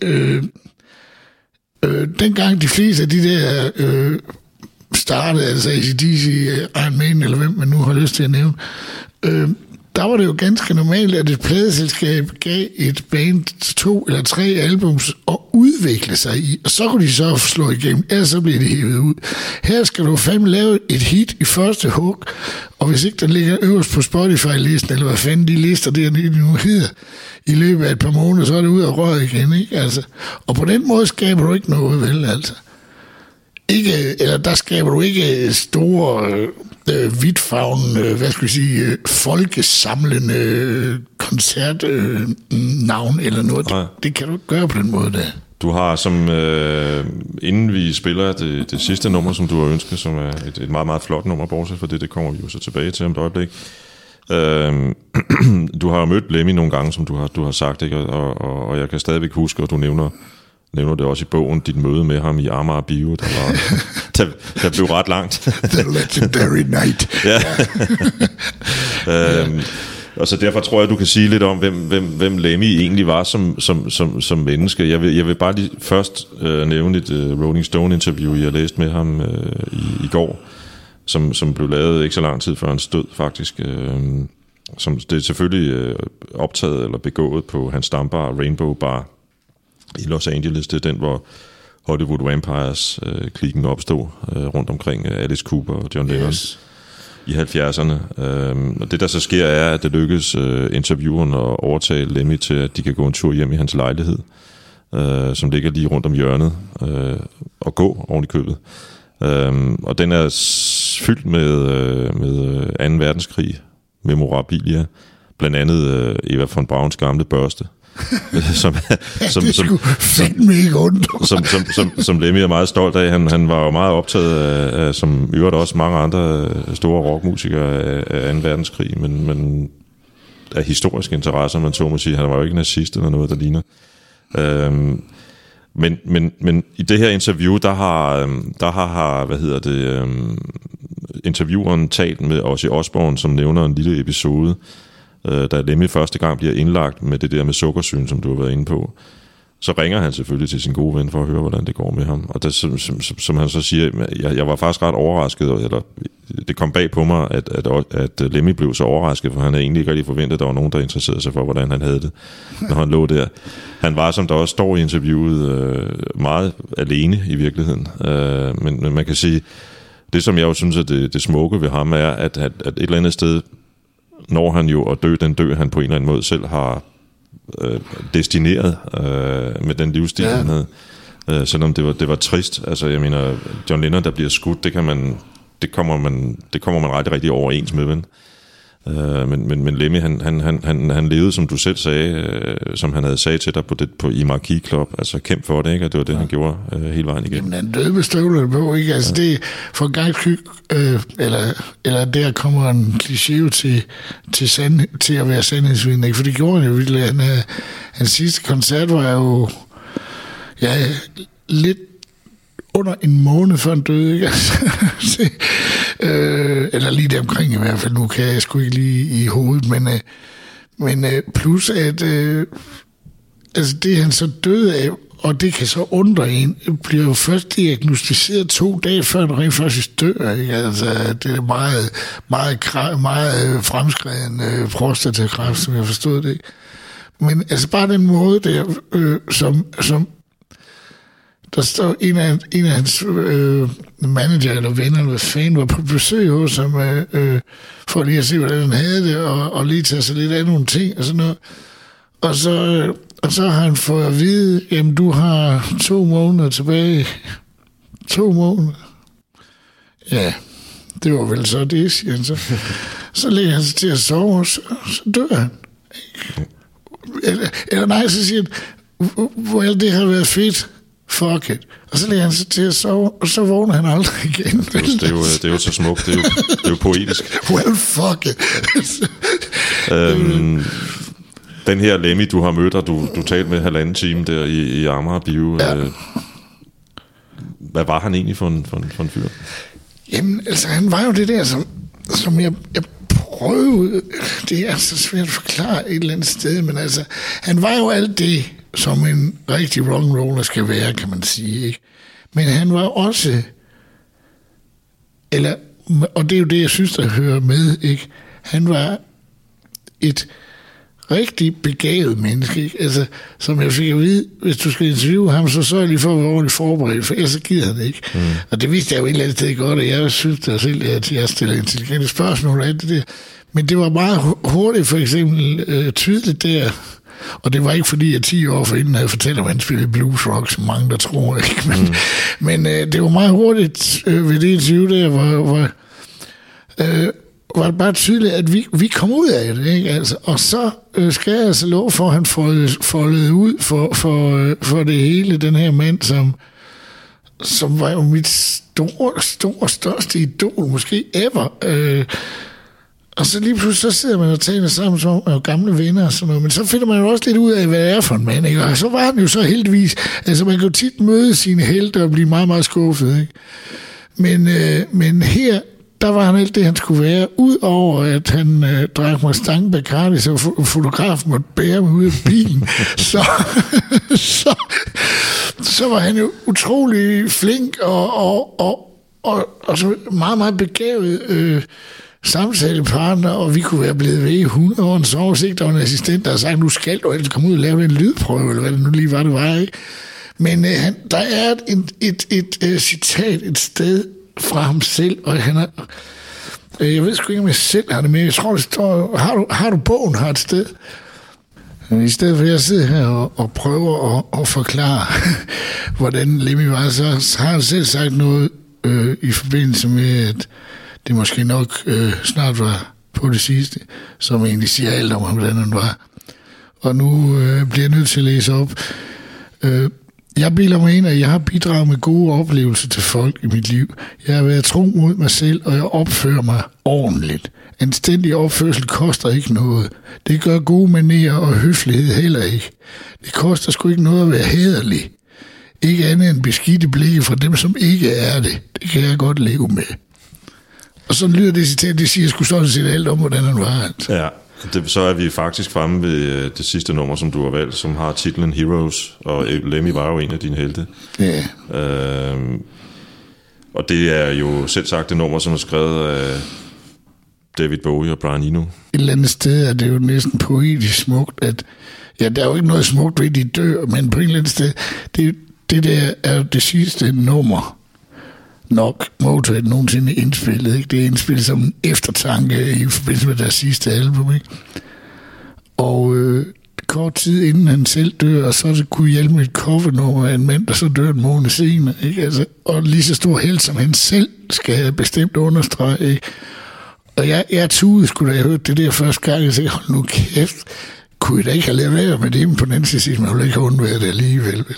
Speaker 2: dengang de fleste af de der startede, altså ACDC, Iron Maiden, eller hvem man nu har lyst til at nævne, der var det jo ganske normalt, at et pladeselskab gav et band 2 eller 3 albums og udvikle sig i, og så kunne de så slå igennem, ellers så bliver det hævet ud. Her skal du fandme lave et hit i første hug, og hvis ikke den ligger øverst på Spotify-listen, eller hvad fanden de lister der nu hedder, i løbet af et par måneder, så er det ud af røret igen, ikke? Altså, og på den måde skaber du ikke noget, vel, altså. Der skaber du ikke store, vidtfavnende, folkesamlende koncertnavn eller noget. Det kan du ikke gøre på den måde der.
Speaker 1: Du har som, inden vi spiller det sidste nummer, som du har ønsket, som er et meget, meget flot nummer, bortset for det kommer vi jo så tilbage til om et øjeblik. Du har mødt Lemmy nogle gange, som du har sagt, ikke? Og jeg kan stadigvæk huske, og du nævner det også i bogen, dit møde med ham i Amager Bio, der blev ret langt.
Speaker 2: The legendary night.
Speaker 1: Ja. Og så derfor tror jeg, du kan sige lidt om, hvem Lemmy egentlig var som menneske. Jeg vil bare lige først nævne et Rolling Stone-interview, jeg læste med ham i går, som blev lavet ikke så lang tid før hans død, faktisk. Som det er selvfølgelig optaget eller begået på hans stambar, Rainbow Bar i Los Angeles. Det er den, hvor Hollywood Vampires klikken opstod rundt omkring Alice Cooper og John Lennon i 70'erne. Og det der så sker er, at det lykkes intervieweren at overtale Lemmy til, at de kan gå en tur hjem i hans lejlighed, som ligger lige rundt om hjørnet, og gå oven i købet. Og den er fyldt med 2. verdenskrig memorabilia, blandt andet Eva von Brauns gamle børste. som Lemmy er meget stolt af. Han var jo meget optaget af, som i øvrigt også mange andre store rockmusikere af 2. verdenskrig, men af historiske interesser, man så må sige. Han var jo ikke nazist eller noget, der ligner. Men i det her interview, der har intervieweren talt med Ozzy Osbourne, som nævner en lille episode, da Lemmy første gang bliver indlagt med det der med sukkersyn, som du har været inde på. Så ringer han selvfølgelig til sin gode ven for at høre, hvordan det går med ham. Og det, som han så siger, jeg var faktisk ret overrasket, eller det kom bag på mig, at Lemmy blev så overrasket, for han havde egentlig ikke rigtig forventet, at der var nogen, der interesserede sig for, hvordan han havde det, når han lå der. Han var, som der også står i interviewet, meget alene i virkeligheden. Men man kan sige, det som jeg jo synes, at det smukke ved ham er, at et eller andet sted når han jo at dø den død, han på en eller anden måde selv har destineret med den livsstil, han havde. Selvom det var trist. Altså, jeg mener, John Lennon, der bliver skudt, det kommer man rigtig, rigtig overens med, ven. Men Lemmy, han levede, som du selv sagde, som han havde sagt til dig i Marquis Club, altså kæmpe for det, ikke? Og det var det, han gjorde hele vejen igennem.
Speaker 2: Jamen, han døde med støvlerne på, ikke? Altså, det for en gang eller der kommer en kliché til at være sandhedsvidende, ikke? For det gjorde han jo virkelig. Hans sidste koncert var jo lidt under en måned før han døde, ikke? Eller lige der omkring i hvert fald. Nu kan jeg sgu ikke lige i hovedet, men plus at altså det han så døde af, og det kan så undre en, bliver jo først diagnosticeret 2 dage før han rent faktisk dør, ikke? Altså det er meget fremskreden prostatakræft, som jeg forstod det, ikke? Men altså bare den måde der, som der står en af hans manager eller venner eller fan var på besøg hos ham for lige at se, hvordan han havde det, og lige tage sig lidt af nogle ting og sådan noget. Og så har han fået at vide, jamen du har 2 måneder tilbage. 2 måneder. Ja, det var vel så det, siger han så. Så lægger han sig til at sove, og så dør han. Eller nej, så siger han, well, det har været fedt. Fuck it. Og så lægger han sig til at sove, og så vågner han aldrig igen.
Speaker 1: Det er jo så smukt. Det er jo poetisk.
Speaker 2: Well, fuck it.
Speaker 1: Den her Lemmy, du har mødt, og du talte med 1,5 time der i Amager Bio. Ja. Hvad var han egentlig for en fyr?
Speaker 2: Jamen, altså, han var jo det der, som jeg prøvede. Det er så svært at forklare et eller andet sted, men altså, han var jo alt det, som en rigtig rock'n'roller skal være, kan man sige, ikke? Men han var også, og det er jo det, jeg synes, der hører med, ikke? Han var et rigtig begavet menneske, ikke? Altså, som jeg fik at vide, hvis du skal interviewe ham, så sørg lige for at være ordentligt forberedt, for ellers så gider han ikke. Og det vidste jeg jo et eller andet sted godt, og jeg synes da selv, at jeg stiller intelligente spørgsmål og alt det der. Men det var meget hurtigt, for eksempel tydeligt der. Og det var ikke fordi, jeg 10 år forinden havde fortalt, at han spillede blues rock, som mange der tror, ikke? Men det var meget hurtigt ved det interview der, var det bare tydeligt, at vi kom ud af det, ikke? Altså, og så skal jeg altså lov for, at han foldede ud for det hele, den her mand, som var jo mit største idol, måske ever. Og så lige pludselig, så sidder man og taler sammen som gamle venner og sådan noget, men så finder man jo også lidt ud af, hvad det er for en mand, ikke? Og så var han jo så heldigvis, altså man kan jo tit møde sine helte og blive meget, meget skuffet, ikke? Men her, der var han alt det, han skulle være, udover at han drak Mustang Bacardi, så fotografen måtte bære mig ud af bilen, så var han jo utrolig flink og så meget, meget begavet samtalepartner, og vi kunne være blevet ved i 100 år, så også ikke, der var en assistent, der havde sagt, nu skal du altså komme ud og lave en lydprøve, eller hvad det nu lige var, det var, ikke? Men der er et citat et sted fra ham selv, og han er, jeg ved sgu ikke, om jeg selv har det med, jeg tror, det står, har du bogen har et sted? I stedet for at jeg sidder her og prøver at forklare, hvordan Lemmy var, så har han selv sagt noget i forbindelse med, at det måske nok snart var på det sidste, som egentlig siger alt om, hvordan han var. og nu bliver jeg nødt til at læse op. Jeg bilder mig ind, at jeg har bidraget med gode oplevelser til folk i mit liv. Jeg har været tro mod mig selv, og jeg opfører mig ordentligt. Anstændig opførsel koster ikke noget. Det gør gode manerer og høflighed heller ikke. Det koster sgu ikke noget at være hæderlig. Ikke andet end beskidte blikke fra dem, som ikke er det. Det kan jeg godt leve med. Og så lyder det citat, det siger sgu sådan set alt om, hvordan han var. Altså.
Speaker 1: Ja, så er vi faktisk fremme ved det sidste nummer, som du har valgt, som har titlen Heroes, og Lemmy var jo en af dine helte.
Speaker 2: Ja.
Speaker 1: Og det er jo selv sagt det nummer, som er skrevet af David Bowie og Brian Eno.
Speaker 2: Et eller andet sted er det jo næsten poetisk smukt, at ja, der er jo ikke noget smukt ved, at de dør, men på et eller andet sted, det der er jo det sidste nummer, nok Motorhead nogensinde indspillet, ikke? Det er indspillet som en eftertanke i forbindelse med deres sidste album, ikke? Og kort tid inden han selv dør, og så kunne hjælpe med et cover-nummer af en mand, der så dør en måned senere, ikke? Altså, og lige så stor held, som han selv skal bestemt understrege, ikke? Og jeg tudede sgu, da jeg hørte det der første gang, og jeg sagde, hold nu kæft, kunne I da ikke have lavet være med det, men på den anden side, man ville ikke have undværet det alligevel, vel?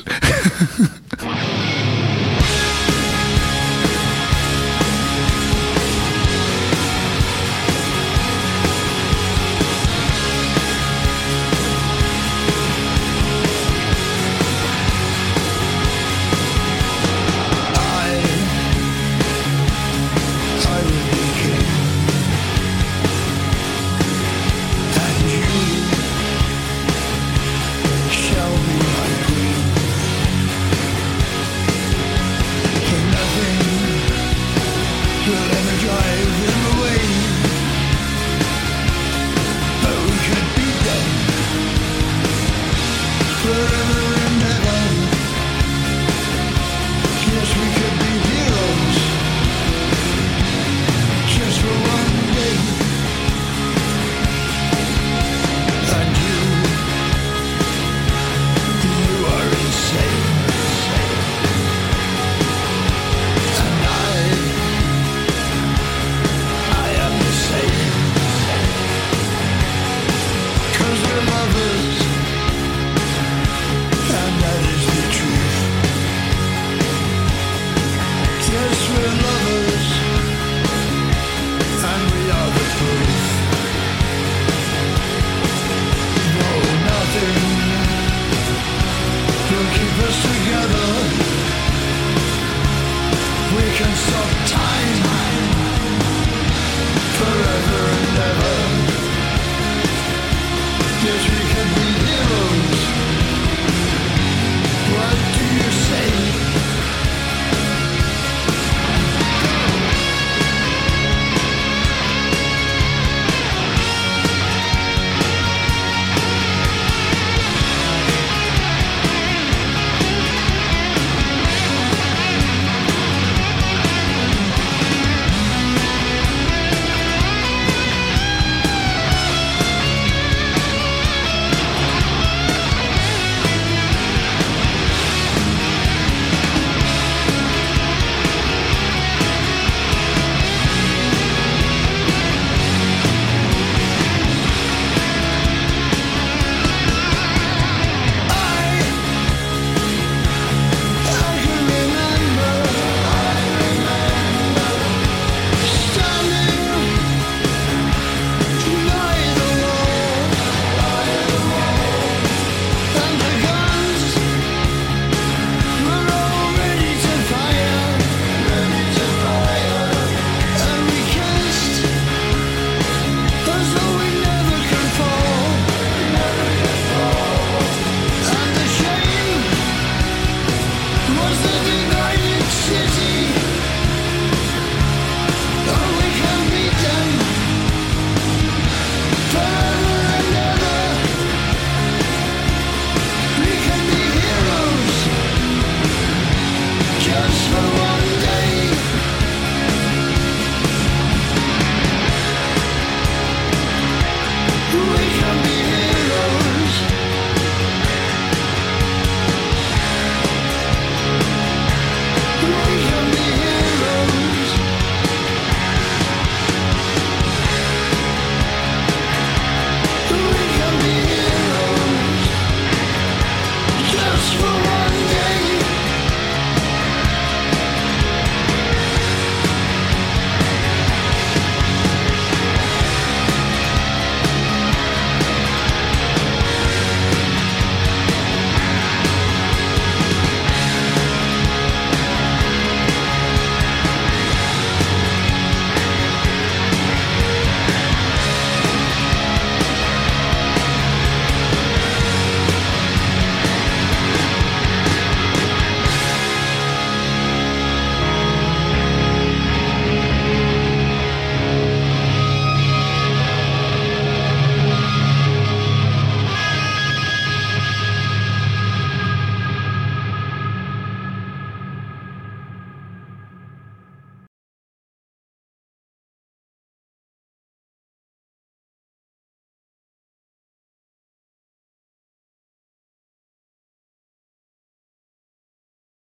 Speaker 4: for